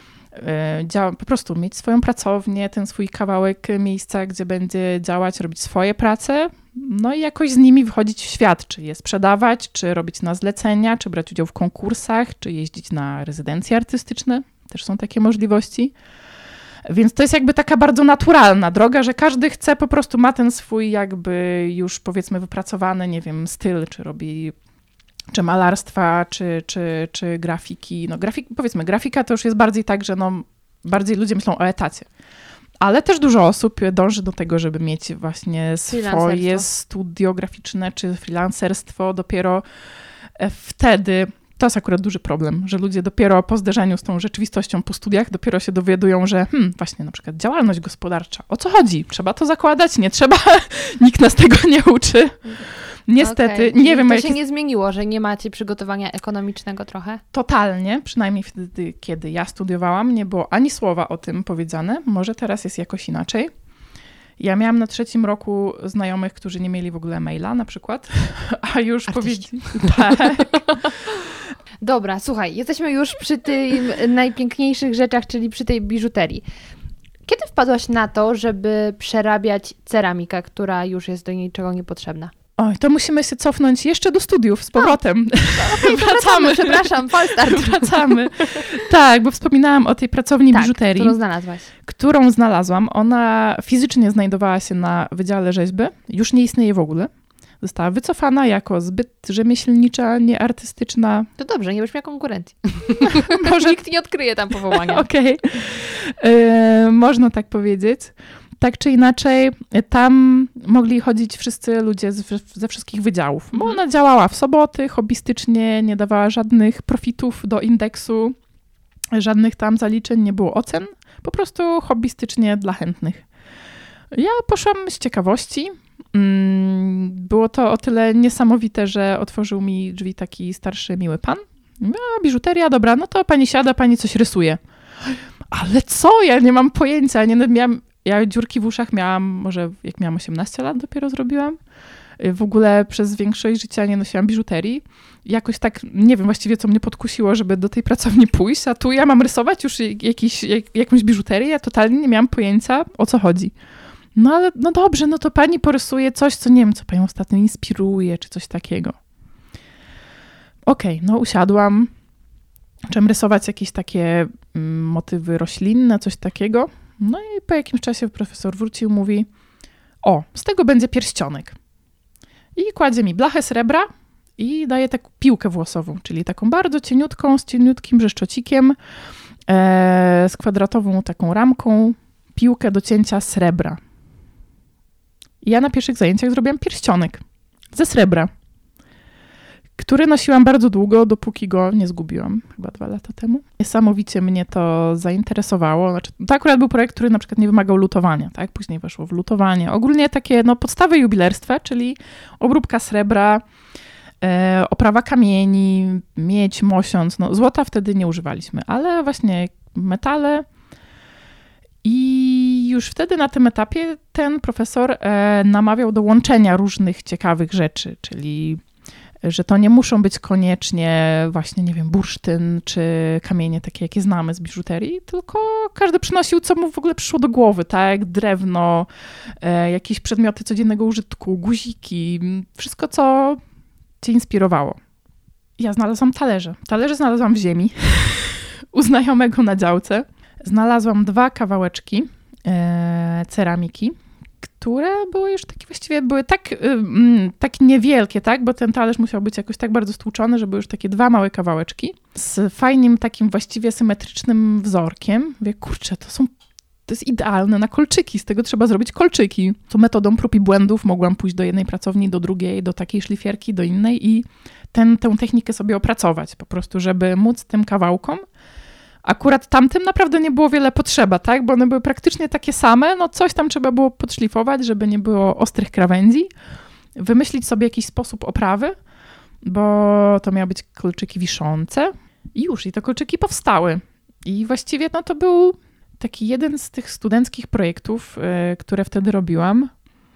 Po prostu mieć swoją pracownię, ten swój kawałek miejsca, gdzie będzie działać, robić swoje prace, no i jakoś z nimi wychodzić w świat, czy je sprzedawać, czy robić na zlecenia, czy brać udział w konkursach, czy jeździć na rezydencje artystyczne. Też są takie możliwości. Więc to jest jakby taka bardzo naturalna droga, że każdy chce, po prostu ma ten swój jakby już powiedzmy wypracowany, nie wiem, styl, czy robi czy malarstwa, czy grafiki. No powiedzmy, grafika to już jest bardziej tak, że no, bardziej ludzie myślą o etacie. Ale też dużo osób dąży do tego, żeby mieć właśnie swoje studio graficzne, czy freelancerstwo. Dopiero wtedy, to jest akurat duży problem, że ludzie dopiero po zderzeniu z tą rzeczywistością po studiach dopiero się dowiadują, że właśnie na przykład działalność gospodarcza. O co chodzi? Trzeba to zakładać? Nie trzeba. Nikt nas tego nie uczy. Niestety, nie wiem.
To się nie zmieniło, że nie macie przygotowania ekonomicznego trochę?
Totalnie, przynajmniej wtedy, kiedy ja studiowałam, nie było ani słowa o tym powiedziane. Może teraz jest jakoś inaczej. Ja miałam na 3. roku znajomych, którzy nie mieli w ogóle maila na przykład, a już powiedzieli... Tak.
Dobra, słuchaj, jesteśmy już przy tym najpiękniejszych rzeczach, czyli przy tej biżuterii. Kiedy wpadłaś na to, żeby przerabiać ceramikę, która już jest do niczego niepotrzebna?
Oj, to musimy się cofnąć jeszcze do studiów z powrotem.
Wracamy. Przepraszam, falstart.
Wracamy. Tak, bo wspominałam o tej pracowni biżuterii.
Którą znalazłaś.
Którą znalazłam. Ona fizycznie znajdowała się na Wydziale Rzeźby. Już nie istnieje w ogóle. Została wycofana jako zbyt rzemieślnicza, nieartystyczna.
To dobrze, nie będziesz miała konkurencji. Może nikt nie odkryje tam powołania.
Okej. Można tak powiedzieć. Tak czy inaczej, tam mogli chodzić wszyscy ludzie ze wszystkich wydziałów, bo ona działała w soboty, hobbystycznie, nie dawała żadnych profitów do indeksu, żadnych tam zaliczeń, nie było ocen, po prostu hobbystycznie dla chętnych. Ja poszłam z ciekawości. Było to o tyle niesamowite, że otworzył mi drzwi taki starszy, miły pan. Biżuteria, dobra, no to pani siada, pani coś rysuje. Ale co? Ja nie mam pojęcia, ja dziurki w uszach miałam, może jak miałam 18 lat dopiero zrobiłam. W ogóle przez większość życia nie nosiłam biżuterii. Jakoś tak, nie wiem właściwie, co mnie podkusiło, żeby do tej pracowni pójść, a tu ja mam rysować już jakąś biżuterię. Ja totalnie nie miałam pojęcia, o co chodzi. No ale, no dobrze, no to pani porysuje coś, co nie wiem, co panią ostatnio inspiruje, czy coś takiego. Okej, no usiadłam. Zaczęłam rysować jakieś takie motywy roślinne, coś takiego. No i po jakimś czasie profesor wrócił, mówi: o, z tego będzie pierścionek. I kładzie mi blachę srebra i daje taką piłkę włosową, czyli taką bardzo cieniutką, z cieniutkim brzeszczocikiem, z kwadratową taką ramką, piłkę do cięcia srebra. I ja na pierwszych zajęciach zrobiłam pierścionek ze srebra, który nosiłam bardzo długo, dopóki go nie zgubiłam, chyba 2 lata temu. Niesamowicie mnie to zainteresowało. Znaczy, to akurat był projekt, który na przykład nie wymagał lutowania, tak? Później weszło w lutowanie. Ogólnie takie podstawy jubilerstwa, czyli obróbka srebra, oprawa kamieni, miedź, mosiąc. Złota wtedy nie używaliśmy, ale właśnie metale. I już wtedy na tym etapie ten profesor namawiał do łączenia różnych ciekawych rzeczy, czyli że to nie muszą być koniecznie właśnie, nie wiem, bursztyn czy kamienie takie, jakie znamy z biżuterii, tylko każdy przynosił, co mu w ogóle przyszło do głowy, tak? Drewno, jakieś przedmioty codziennego użytku, guziki, wszystko, co cię inspirowało. Ja znalazłam talerze. Talerze znalazłam w ziemi, u znajomego na działce. Znalazłam 2 kawałeczki ceramiki, które były już takie, właściwie były tak niewielkie, tak? Bo ten talerz musiał być jakoś tak bardzo stłuczony, że były już takie 2 małe kawałeczki z fajnym takim właściwie symetrycznym wzorkiem. Mówię, kurczę, to są to jest idealne na kolczyki, z tego trzeba zrobić kolczyki. To metodą prób i błędów mogłam pójść do jednej pracowni, do drugiej, do takiej szlifierki, do innej i tę technikę sobie opracować po prostu, żeby móc tym kawałkom. Akurat tamtym naprawdę nie było wiele potrzeba, tak? Bo one były praktycznie takie same, no coś tam trzeba było podszlifować, żeby nie było ostrych krawędzi, wymyślić sobie jakiś sposób oprawy, bo to miały być kolczyki wiszące i te kolczyki powstały. I właściwie no to był taki jeden z tych studenckich projektów, które wtedy robiłam.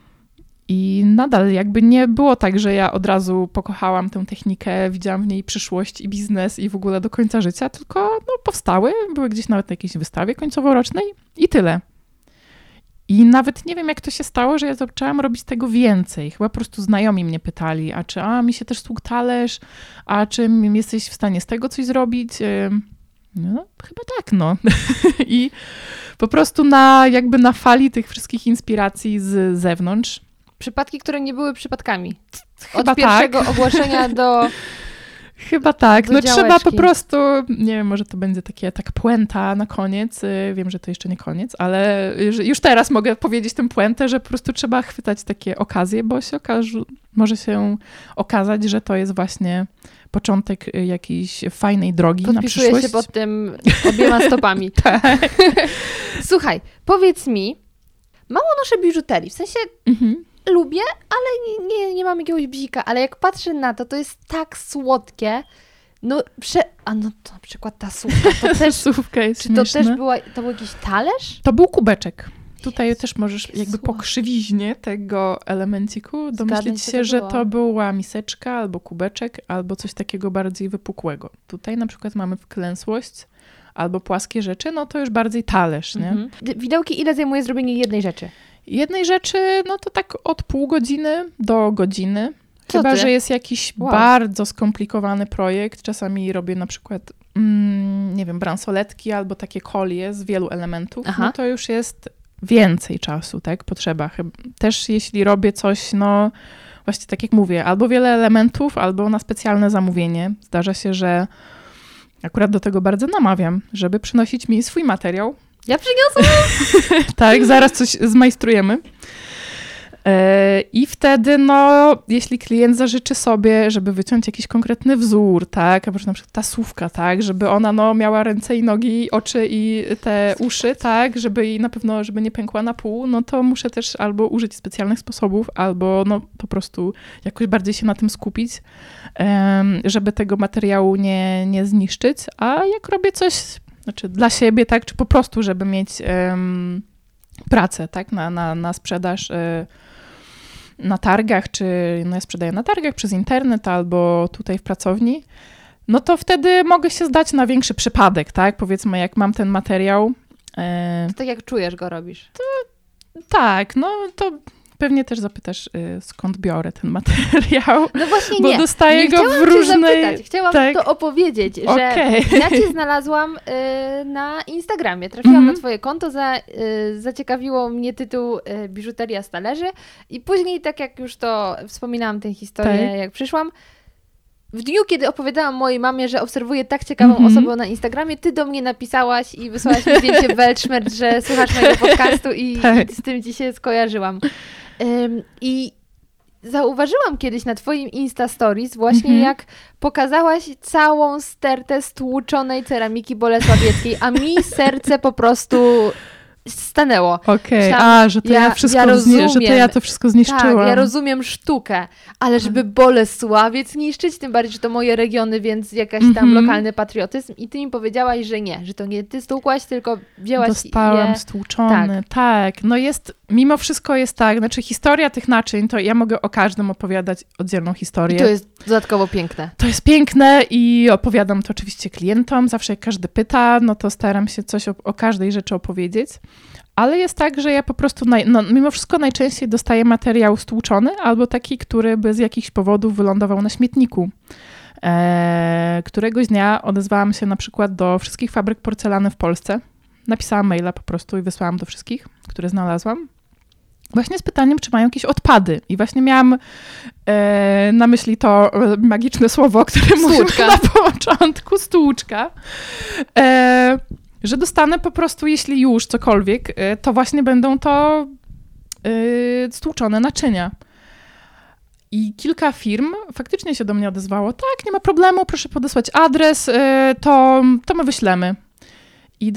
I nadal jakby nie było tak, że ja od razu pokochałam tę technikę, widziałam w niej przyszłość i biznes i w ogóle do końca życia, tylko no, powstały, były gdzieś nawet na jakiejś wystawie końcoworocznej i tyle. I nawet nie wiem, jak to się stało, że ja zaczęłam robić tego więcej. Chyba po prostu znajomi mnie pytali, mi się też stłukł talerz, czy jesteś w stanie z tego coś zrobić? No, chyba tak, no. I po prostu jakby na fali tych wszystkich inspiracji z zewnątrz.
Przypadki, które nie były przypadkami.
Chyba
od pierwszego
tak.
Ogłoszenia do...
Chyba tak.
do
No
działeczki.
trzeba po prostu, nie wiem, może to będzie tak puenta na koniec. Wiem, że to jeszcze nie koniec, ale już teraz mogę powiedzieć tę puentę, że po prostu trzeba chwytać takie okazje, bo może się okazać, że to jest właśnie początek jakiejś fajnej drogi na przyszłość.
Podpisuję się pod tym obiema stopami.
Tak.
Słuchaj, powiedz mi, mało noszę biżuterii, w sensie lubię, ale nie mam jakiegoś bzika, ale jak patrzę na to jest tak słodkie. No to na przykład ta słówka, to też...
Słówka jest
Czy to
śmieszna.
też to był jakiś talerz?
To był kubeczek. Tutaj
Jezus,
też możesz jakby
słodkie.
po krzywiźnie tego elemenciku domyślić
co
się,
to
że
było.
to była miseczka albo kubeczek, albo coś takiego bardziej wypukłego. Tutaj na przykład mamy wklęsłość albo płaskie rzeczy, no to już bardziej talerz, nie?
Widełki, ile zajmuje zrobienie jednej rzeczy?
Jednej rzeczy, no to tak od pół godziny do godziny.
Co
Chyba,
ty?
że jest jakiś bardzo skomplikowany projekt. Czasami robię na przykład, nie wiem, bransoletki albo takie kolie z wielu elementów.
Aha.
No to już jest więcej czasu, tak? Potrzeba. Też jeśli robię coś, no właśnie tak jak mówię, albo wiele elementów, albo na specjalne zamówienie. Zdarza się, że akurat do tego bardzo namawiam, żeby przynosić mi swój materiał.
Ja przyniosłam!
Tak, zaraz coś zmajstrujemy. I wtedy, no, jeśli klient zażyczy sobie, żeby wyciąć jakiś konkretny wzór, tak, albo na przykład tasówka, tak, żeby ona, no, miała ręce i nogi, oczy i te uszy, tak, żeby jej na pewno, żeby nie pękła na pół, no to muszę też albo użyć specjalnych sposobów, albo, no, po prostu jakoś bardziej się na tym skupić, żeby tego materiału nie zniszczyć, a jak robię coś, znaczy dla siebie, tak, czy po prostu, żeby mieć pracę, tak, na sprzedaż na targach, czy no ja sprzedaję na targach przez internet albo tutaj w pracowni, no to wtedy mogę się zdać na większy przypadek, tak, powiedzmy, jak mam ten materiał.
To tak jak czujesz, go robisz.
Tak, no to pewnie też zapytasz, skąd biorę ten materiał.
No właśnie
bo
nie.
dostaję go
chciałam
w różnej...
zapytać. Chciałam
tak.
to opowiedzieć, że
Okej.
ja cię znalazłam na Instagramie. Trafiłam na twoje konto, zaciekawiło mnie tytuł biżuteria z talerzy i później, tak jak już to wspominałam tę historię,
Tak.
jak przyszłam, w dniu, kiedy opowiadałam mojej mamie, że obserwuję tak ciekawą osobę na Instagramie, ty do mnie napisałaś i wysłałaś mi zdjęcie Weltschmerz, że słuchasz mojego podcastu i z tym ci się skojarzyłam. I zauważyłam kiedyś na twoim Insta Stories właśnie jak pokazałaś całą stertę stłuczonej ceramiki bolesławieckiej, a mi serce po prostu stanęło.
Okej, że to że to ja to wszystko zniszczyłam.
Tak, ja rozumiem sztukę, ale żeby Bolesławiec niszczyć, tym bardziej, że to moje regiony, więc jakaś tam lokalny patriotyzm i ty mi powiedziałaś, że nie, że to nie ty stłukłaś, tylko wzięłaś
Dostałam stłuczony, tak. No jest, mimo wszystko jest tak, znaczy historia tych naczyń, to ja mogę o każdym opowiadać oddzielną historię.
I to jest dodatkowo piękne.
To jest piękne i opowiadam to oczywiście klientom, zawsze jak każdy pyta, no to staram się coś o każdej rzeczy opowiedzieć. Ale jest tak, że ja po prostu mimo wszystko najczęściej dostaję materiał stłuczony albo taki, który by z jakichś powodów wylądował na śmietniku. Któregoś dnia odezwałam się na przykład do wszystkich fabryk porcelany w Polsce. Napisałam maila po prostu i wysłałam do wszystkich, które znalazłam. Właśnie z pytaniem, czy mają jakieś odpady. I właśnie miałam na myśli to magiczne słowo, o którym mówiłam na początku, stłuczka. że dostanę po prostu, jeśli już cokolwiek, to właśnie będą to stłuczone naczynia. I kilka firm faktycznie się do mnie odezwało, tak, nie ma problemu, proszę podesłać adres, to my wyślemy. I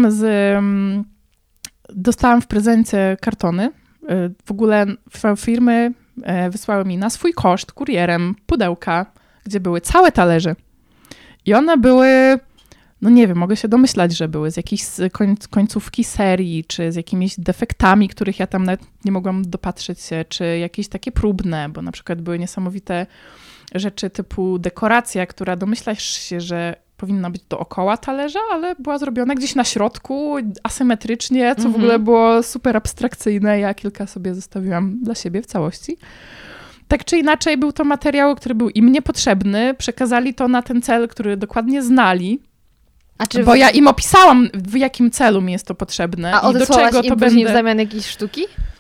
dostałam w prezencie kartony. W ogóle firmy wysłały mi na swój koszt kurierem pudełka, gdzie były całe talerze. I one były, no nie wiem, mogę się domyślać, że były z jakiejś końcówki serii, czy z jakimiś defektami, których ja tam nawet nie mogłam dopatrzeć się, czy jakieś takie próbne, bo na przykład były niesamowite rzeczy typu dekoracja, która domyślasz się, że powinna być dookoła talerza, ale była zrobiona gdzieś na środku, asymetrycznie, co w ogóle było super abstrakcyjne. Ja kilka sobie zostawiłam dla siebie w całości. Tak czy inaczej był to materiał, który był im niepotrzebny. Przekazali to na ten cel, który dokładnie znali. Bo ja im opisałam, w jakim celu mi jest to potrzebne.
A
i do czego to
będę w zamian jakiejś sztuki?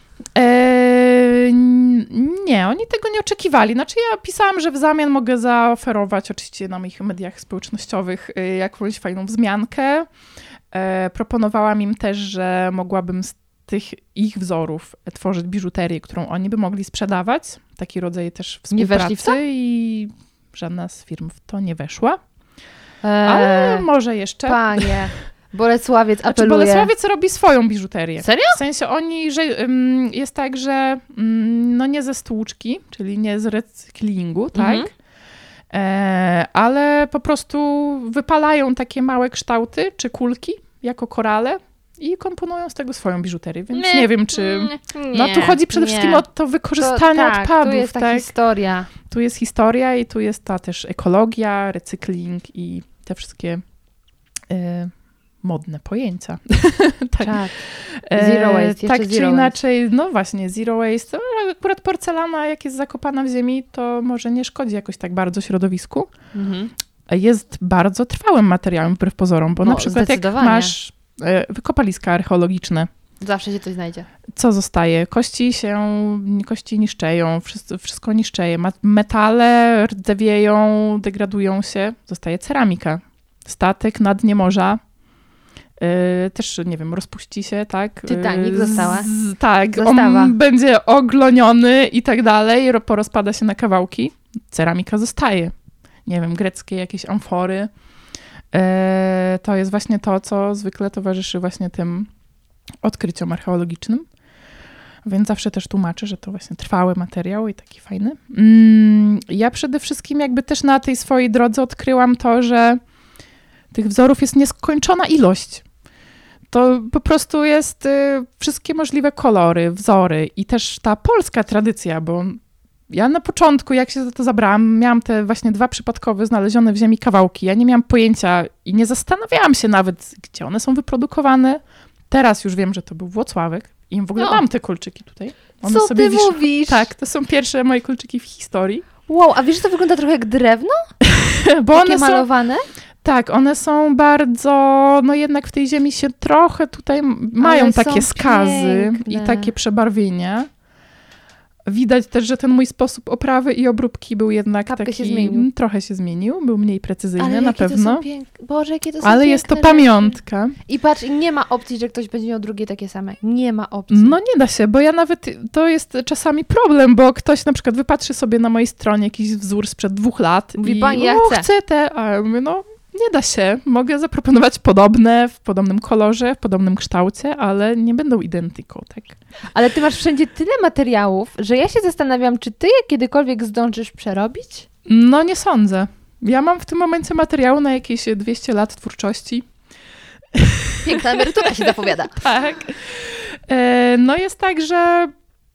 Nie, oni tego nie oczekiwali. Znaczy ja pisałam, że w zamian mogę zaoferować oczywiście na moich mediach społecznościowych jakąś fajną wzmiankę. Proponowałam im też, że mogłabym z tych ich wzorów tworzyć biżuterię, którą oni by mogli sprzedawać. Taki rodzaj też współpracy i żadna z firm w to nie weszła. Ale może jeszcze.
Panie, Bolesławiec apeluje.
Bolesławiec robi swoją biżuterię.
Serio?
W sensie oni, że jest tak, że no nie ze stłuczki, czyli nie z recyklingu, tak? Ale po prostu wypalają takie małe kształty czy kulki jako korale i komponują z tego swoją biżuterię, więc nie wiem, czy... No tu chodzi przede wszystkim o to wykorzystanie odpadów.
Tu jest ta historia.
Tu jest historia i tu jest ta też ekologia, recykling i te wszystkie modne pojęcia.
Tak. Zero waste,
tak
zero
czy inaczej, no właśnie, zero waste. Akurat porcelana, jak jest zakopana w ziemi, to może nie szkodzi jakoś tak bardzo środowisku. Jest bardzo trwałym materiałem wbrew pozorom, bo na przykład jak masz wykopaliska archeologiczne.
Zawsze się coś znajdzie.
Co zostaje? Kości niszczeją, wszystko niszczeje. Metale rdzewieją, degradują się. Zostaje ceramika. Statek na dnie morza. Też, nie wiem, rozpuści się, tak?
Titanic została.
Tak, on będzie ogloniony i tak dalej, porozpada się na kawałki. Ceramika zostaje. Nie wiem, greckie jakieś amfory. To jest właśnie to, co zwykle towarzyszy właśnie tym odkryciom archeologicznym. Więc zawsze też tłumaczę, że to właśnie trwały materiał i taki fajny. Ja przede wszystkim jakby też na tej swojej drodze odkryłam to, że tych wzorów jest nieskończona ilość. To po prostu jest wszystkie możliwe kolory, wzory i też ta polska tradycja, bo ja na początku, jak się za to zabrałam, miałam te właśnie 2 przypadkowe znalezione w ziemi kawałki. Ja nie miałam pojęcia i nie zastanawiałam się nawet, gdzie one są wyprodukowane. Teraz już wiem, że to był Włocławek i w ogóle mam te kolczyki tutaj. One
co
sobie
ty mówisz?
Tak, to są pierwsze moje kolczyki w historii.
Wow, a wiesz, że to wygląda trochę jak drewno?
Bo
takie
one
malowane?
Tak, one są bardzo, no jednak w tej ziemi się trochę tutaj mają takie skazy i takie przebarwienia. Widać też, że ten mój sposób oprawy i obróbki był jednak
Kapkę
taki,
się zmienił.
Trochę się zmienił, był mniej precyzyjny
ale
na pewno.
Boże, jakie to są
ale jest to pamiątka.
I patrz, nie ma opcji, że ktoś będzie miał drugie takie same. Nie ma opcji.
No nie da się, bo ja nawet, to jest czasami problem, bo ktoś na przykład wypatrzy sobie na mojej stronie jakiś wzór sprzed 2 lat
mówi,
i
pani, ja
chcę te, a ja mówię, no nie da się. Mogę zaproponować podobne, w podobnym kolorze, w podobnym kształcie, ale nie będą identyką, tak?
Ale ty masz wszędzie tyle materiałów, że ja się zastanawiam, czy ty je kiedykolwiek zdążysz przerobić?
No nie sądzę. Ja mam w tym momencie materiału na jakieś 200 lat twórczości.
Piękna emerytura się zapowiada.
Tak. No jest tak, że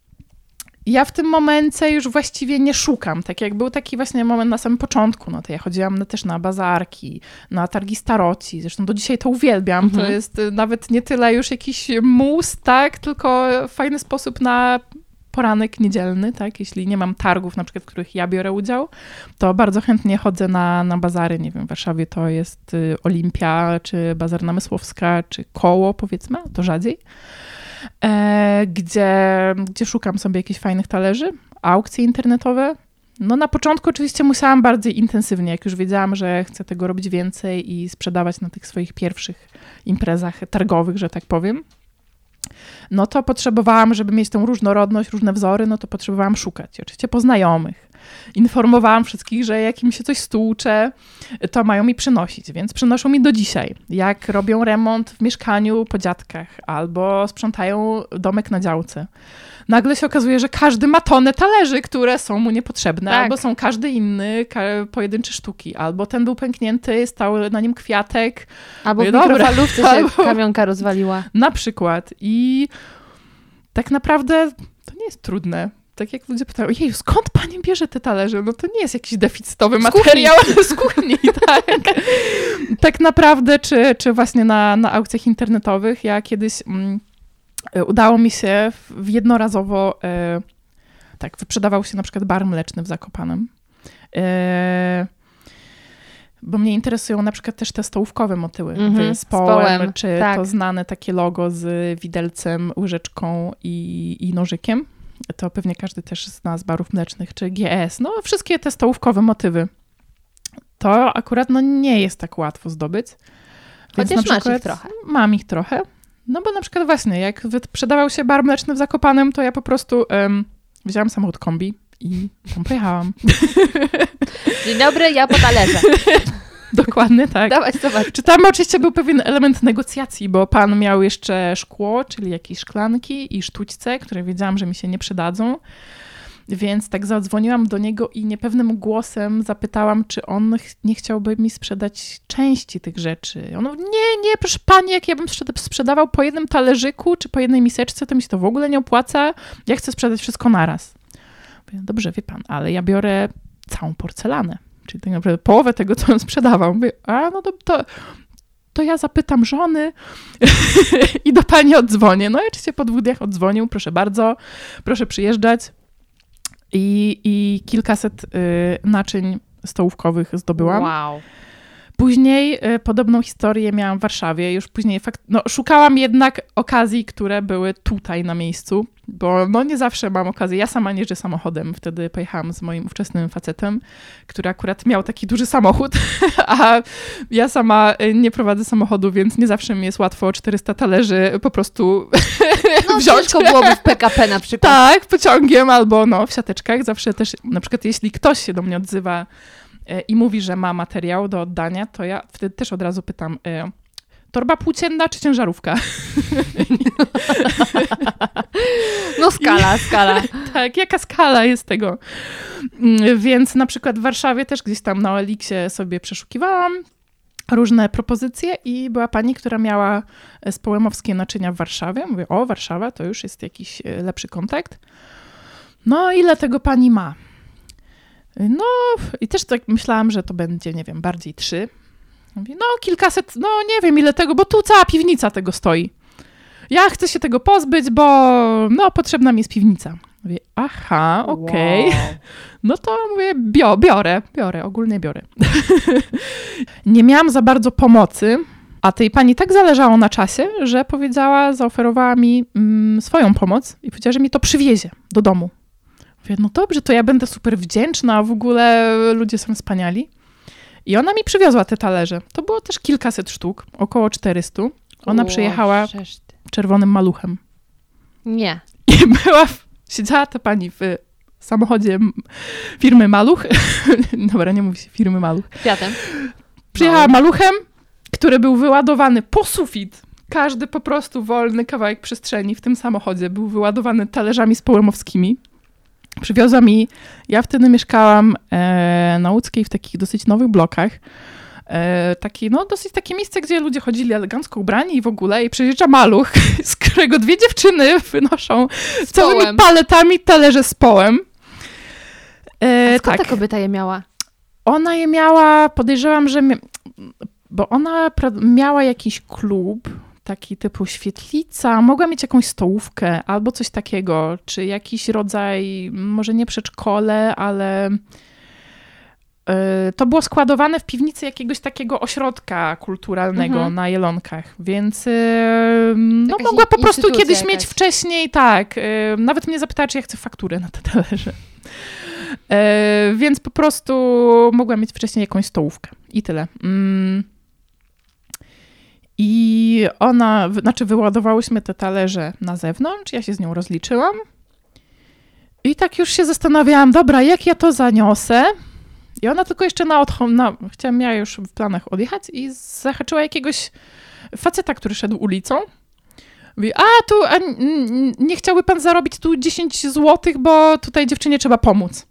ja w tym momencie już właściwie nie szukam. Tak jak był taki właśnie moment na samym początku, no to ja chodziłam też na bazarki, na targi staroci. Zresztą do dzisiaj to uwielbiam. To jest nawet nie tyle już jakiś mus, tak, tylko fajny sposób na poranek niedzielny, tak. Jeśli nie mam targów, na przykład, w których ja biorę udział, to bardzo chętnie chodzę na bazary. Nie wiem, w Warszawie to jest Olimpia, czy Bazar Namysłowska, czy Koło, powiedzmy, to rzadziej. Gdzie szukam sobie jakichś fajnych talerzy, aukcje internetowe. No na początku oczywiście musiałam bardziej intensywnie, jak już wiedziałam, że chcę tego robić więcej i sprzedawać na tych swoich pierwszych imprezach targowych, że tak powiem. No to potrzebowałam, żeby mieć tą różnorodność, różne wzory, no to potrzebowałam szukać. Oczywiście po znajomych. Informowałam wszystkich, że jak im się coś stłucze, to mają mi przynosić, więc przynoszą mi do dzisiaj. Jak robią remont w mieszkaniu po dziadkach albo sprzątają domek na działce. Nagle się okazuje, że każdy ma tonę talerzy, które są mu niepotrzebne,
Tak.
albo są każdy inny, pojedyncze sztuki, albo ten był pęknięty, stał na nim kwiatek.
Albo w
Mówię, dobra,
mikrofalówce się
albo-
kamionka rozwaliła.
Na przykład. I tak naprawdę to nie jest trudne. Tak jak ludzie pytają, jeju, skąd pani bierze te talerze? No to nie jest jakiś deficytowy materiał z kuchni, tak. Tak naprawdę, czy właśnie na aukcjach internetowych, ja kiedyś udało mi się jednorazowo, tak, wyprzedawał się na przykład bar mleczny w Zakopanem. Bo mnie interesują na przykład też te stołówkowe motyły. Z połem, czy
tak.
to znane takie logo z widelcem, łyżeczką i nożykiem. To pewnie każdy też zna z barów mlecznych, czy GS. No wszystkie te stołówkowe motywy. To akurat nie jest tak łatwo zdobyć. Więc
Chociaż
na
masz
przykład
ich trochę.
Mam ich trochę. No bo na przykład właśnie, jak sprzedawał się bar mleczny w Zakopanem, to ja po prostu wzięłam samochód kombi i tam pojechałam.
Dzień dobry, ja po talerze.
Dokładnie tak.
Dawać, zobacz.
Czy tam oczywiście był pewien element negocjacji, bo pan miał jeszcze szkło, czyli jakieś szklanki i sztućce, które wiedziałam, że mi się nie przydadzą. Więc tak zadzwoniłam do niego i niepewnym głosem zapytałam, czy on nie chciałby mi sprzedać części tych rzeczy. On mówi, nie, proszę pani, jak ja bym sprzedawał po jednym talerzyku czy po jednej miseczce, to mi się to w ogóle nie opłaca. Ja chcę sprzedać wszystko naraz. Mówię, dobrze, wie pan, ale ja biorę całą porcelanę. Czyli tak naprawdę połowę tego, co on sprzedawał. Mówię, no to ja zapytam żony i do pani odzwonię. No i oczywiście po 2 dniach odzwonił, proszę bardzo, proszę przyjeżdżać. I kilkaset naczyń stołówkowych zdobyłam.
Wow.
Później podobną historię miałam w Warszawie. Już później szukałam jednak okazji, które były tutaj na miejscu, bo nie zawsze mam okazję. Ja sama nie jeżdżę samochodem. Wtedy pojechałam z moim ówczesnym facetem, który akurat miał taki duży samochód, a ja sama nie prowadzę samochodu, więc nie zawsze mi jest łatwo 400 talerzy po prostu wziąć.
Ciężko byłoby w PKP na przykład.
Tak, pociągiem albo w siateczkach. Zawsze też, na przykład jeśli ktoś się do mnie odzywa i mówi, że ma materiał do oddania, to ja wtedy też od razu pytam, torba płócienna czy ciężarówka?
No skala.
Tak, jaka skala jest tego? Więc na przykład w Warszawie też gdzieś tam na OLX sobie przeszukiwałam różne propozycje i była pani, która miała społemowskie naczynia w Warszawie. Mówię, Warszawa, to już jest jakiś lepszy kontakt. No, ile tego pani ma? No i też tak myślałam, że to będzie, nie wiem, bardziej 3. Mówię, kilkaset, nie wiem ile tego, bo tu cała piwnica tego stoi. Ja chcę się tego pozbyć, bo potrzebna mi jest piwnica. Mówię, aha, okej.
Wow.
No to mówię, biorę, ogólnie biorę. Nie miałam za bardzo pomocy, a tej pani tak zależało na czasie, że zaoferowała mi swoją pomoc i powiedziała, że mi to przywiezie do domu. Mówię, no dobrze, to ja będę super wdzięczna, w ogóle ludzie są wspaniali. I ona mi przywiozła te talerze. To było też kilkaset sztuk, około 400. Ona przyjechała czerwonym maluchem.
Nie.
I siedziała ta pani w samochodzie firmy Maluch. Dobra, nie mówi się firmy Maluch.
Fiatem.
Przyjechała maluchem, który był wyładowany po sufit. Każdy po prostu wolny kawałek przestrzeni w tym samochodzie był wyładowany talerzami społemowskimi. Przywiozła mi, ja wtedy mieszkałam na Łódzkiej w takich dosyć nowych blokach. Dosyć takie miejsce, gdzie ludzie chodzili elegancko ubrani i w ogóle. I przyjeżdża maluch, z którego 2 dziewczyny wynoszą całymi paletami talerze z połem.
Skąd ta kobieta je miała?
Ona je miała, podejrzewam, że... Bo ona miała jakiś klub, taki typu świetlica, mogła mieć jakąś stołówkę albo coś takiego, czy jakiś rodzaj, może nie przedszkole, ale to było składowane w piwnicy jakiegoś takiego ośrodka kulturalnego na Jelonkach, więc mogła po prostu kiedyś mieć wcześniej, tak, nawet mnie zapytała, czy ja chcę fakturę na te talerze. Więc po prostu mogłam mieć wcześniej jakąś stołówkę i tyle. I wyładowałyśmy te talerze na zewnątrz, ja się z nią rozliczyłam i tak już się zastanawiałam, dobra, jak ja to zaniosę? I ona tylko jeszcze miała już w planach odjechać i zahaczyła jakiegoś faceta, który szedł ulicą. Mówi, nie chciałby pan zarobić tu 10 złotych, bo tutaj dziewczynie trzeba pomóc.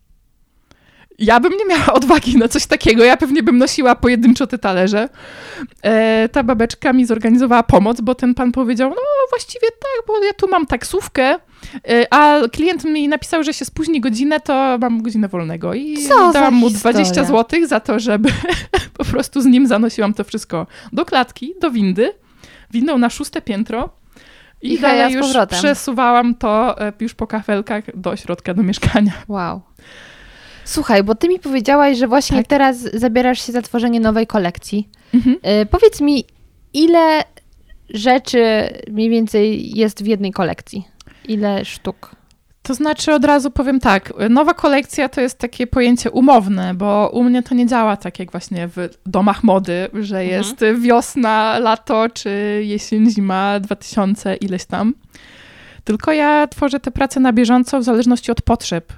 Ja bym nie miała odwagi na coś takiego, ja pewnie bym nosiła pojedynczo te talerze. Ta babeczka mi zorganizowała pomoc, bo ten pan powiedział, no właściwie tak, bo ja tu mam taksówkę, a klient mi napisał, że się spóźni godzinę, to mam godzinę wolnego. I dałam mu 20 złotych za to, żeby po prostu z nim zanosiłam to wszystko do klatki, do windą na 6. piętro. I dalej już przesuwałam to już po kafelkach do środka, do mieszkania.
Wow. Słuchaj, bo ty mi powiedziałaś, że właśnie teraz zabierasz się za tworzenie nowej kolekcji. Powiedz mi, ile rzeczy mniej więcej jest w jednej kolekcji? Ile sztuk?
To znaczy od razu powiem tak, nowa kolekcja to jest takie pojęcie umowne, bo u mnie to nie działa tak jak właśnie w domach mody, że jest wiosna, lato czy jesień, zima 2000 ileś tam. Tylko ja tworzę te prace na bieżąco w zależności od potrzeb.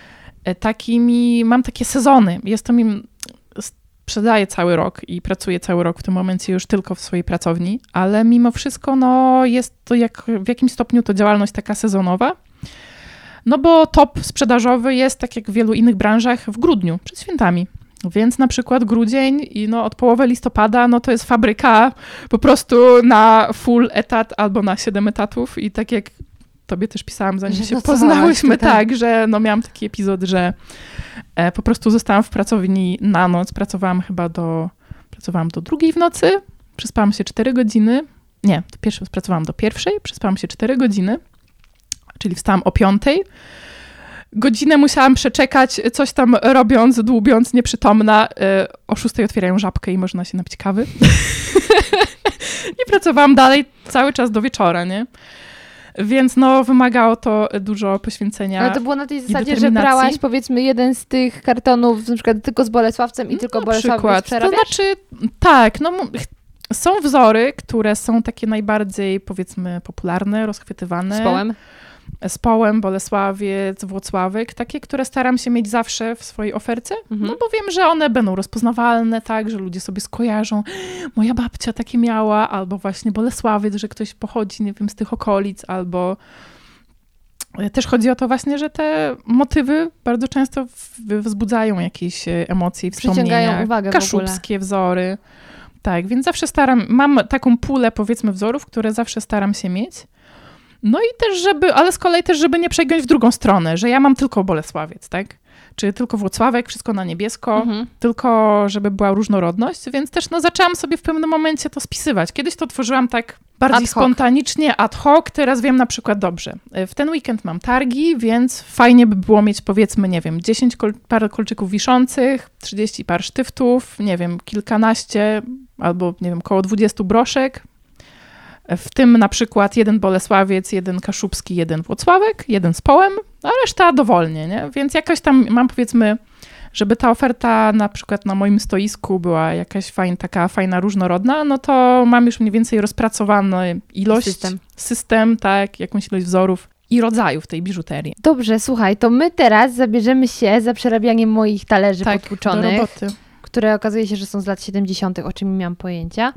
Mam takie sezony. Sprzedaję cały rok i pracuję cały rok w tym momencie już tylko w swojej pracowni, ale mimo wszystko jest to w jakimś stopniu to działalność taka sezonowa. No bo top sprzedażowy jest, tak jak w wielu innych branżach, w grudniu, przed świętami. Więc na przykład grudzień i od połowy listopada, to jest fabryka po prostu na full etat albo na 7 etatów i tak jak tobie też pisałam, zanim się poznałyśmy, tak, że miałam taki epizod, że po prostu zostałam w pracowni na noc, pracowałam do 2 w nocy, przespałam się 4 godziny, pracowałam do 1, przespałam się 4 godziny, czyli wstałam o 5. Godzinę musiałam przeczekać, coś tam robiąc, dłubiąc, nieprzytomna. O 6 otwierają żabkę i można się napić kawy. I pracowałam dalej cały czas do wieczora, nie? Więc wymagało to dużo poświęcenia.
Ale to było na tej zasadzie, że brałaś powiedzmy jeden z tych kartonów, na przykład tylko z Bolesławcem i tylko Bolesławiec przerabiasz?
To znaczy, tak, są wzory, które są takie najbardziej powiedzmy popularne, rozchwytywane. Z Połem, Bolesławiec, Włocławek, takie, które staram się mieć zawsze w swojej ofercie, bo wiem, że one będą rozpoznawalne, tak, że ludzie sobie skojarzą, moja babcia takie miała, albo właśnie Bolesławiec, że ktoś pochodzi, nie wiem, z tych okolic, albo też chodzi o to właśnie, że te motywy bardzo często wzbudzają jakieś emocje i wspomnienia.
Przyciągają uwagę
kaszubskie wzory. Tak, więc zawsze mam taką pulę, powiedzmy, wzorów, które zawsze staram się mieć. No i też, ale z kolei też, żeby nie przegiąć w drugą stronę, że ja mam tylko Bolesławiec, tak? Czy tylko Włocławek, wszystko na niebiesko, tylko żeby była różnorodność, więc też zaczęłam sobie w pewnym momencie to spisywać. Kiedyś to tworzyłam tak bardziej spontanicznie, ad hoc, teraz wiem na przykład dobrze. W ten weekend mam targi, więc fajnie by było mieć powiedzmy, nie wiem, 10 par kolczyków wiszących, 30 par sztyftów, nie wiem, kilkanaście albo, nie wiem, koło 20 broszek. W tym na przykład 1 Bolesławiec, 1 Kaszubski, 1 Włocławek, 1 z Połem, a reszta dowolnie, nie? Więc jakaś tam mam powiedzmy, żeby ta oferta na przykład na moim stoisku była jakaś taka fajna, różnorodna, to mam już mniej więcej rozpracowaną ilość, system, tak, jakąś ilość wzorów i rodzajów tej biżuterii.
Dobrze, słuchaj, to my teraz zabierzemy się za przerabianie moich talerzy potłuczonych,
do roboty.
Które okazuje się, że są z lat 70., o czym nie miałam pojęcia.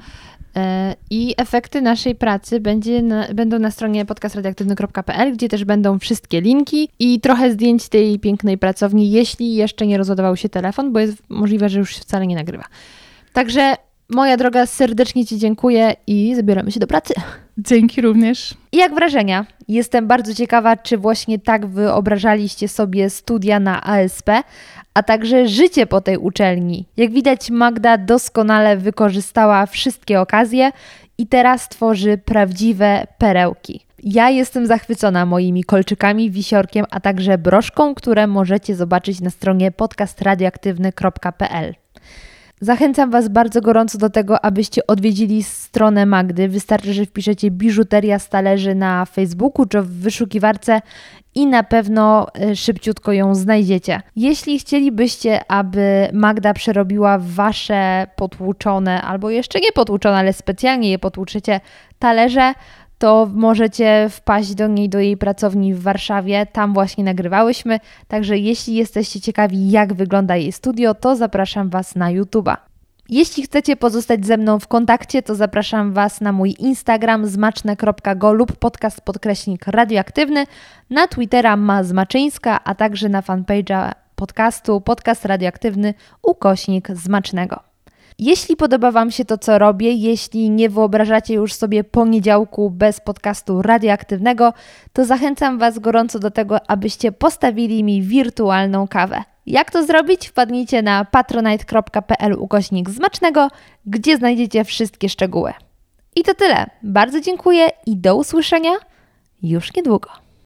I efekty naszej pracy będą na stronie podcastradioaktywny.pl, gdzie też będą wszystkie linki i trochę zdjęć tej pięknej pracowni, jeśli jeszcze nie rozładował się telefon, bo jest możliwe, że już się wcale nie nagrywa. Także moja droga, serdecznie ci dziękuję i zabieramy się do pracy.
Dzięki również.
I jak wrażenia? Jestem bardzo ciekawa, czy właśnie tak wyobrażaliście sobie studia na ASP, a także życie po tej uczelni. Jak widać, Magda doskonale wykorzystała wszystkie okazje i teraz tworzy prawdziwe perełki. Ja jestem zachwycona moimi kolczykami, wisiorkiem, a także broszką, które możecie zobaczyć na stronie podcastradioaktywny.pl. Zachęcam Was bardzo gorąco do tego, abyście odwiedzili stronę Magdy. Wystarczy, że wpiszecie biżuteria z talerzy na Facebooku czy w wyszukiwarce i na pewno szybciutko ją znajdziecie. Jeśli chcielibyście, aby Magda przerobiła Wasze potłuczone, albo jeszcze nie potłuczone, ale specjalnie je potłuczycie talerze, to możecie wpaść do niej, do jej pracowni w Warszawie. Tam właśnie nagrywałyśmy. Także jeśli jesteście ciekawi, jak wygląda jej studio, to zapraszam Was na YouTube'a. Jeśli chcecie pozostać ze mną w kontakcie, to zapraszam Was na mój Instagram zmaczne.go lub podcast_radioaktywny, na Twittera _zmaczyńska, a także na fanpage'a podcastu Podcast Radioaktywny /Zmacznego. Jeśli podoba Wam się to, co robię, jeśli nie wyobrażacie już sobie poniedziałku bez podcastu radioaktywnego, to zachęcam Was gorąco do tego, abyście postawili mi wirtualną kawę. Jak to zrobić? Wpadnijcie na patronite.pl /zmacznego, gdzie znajdziecie wszystkie szczegóły. I to tyle. Bardzo dziękuję i do usłyszenia już niedługo.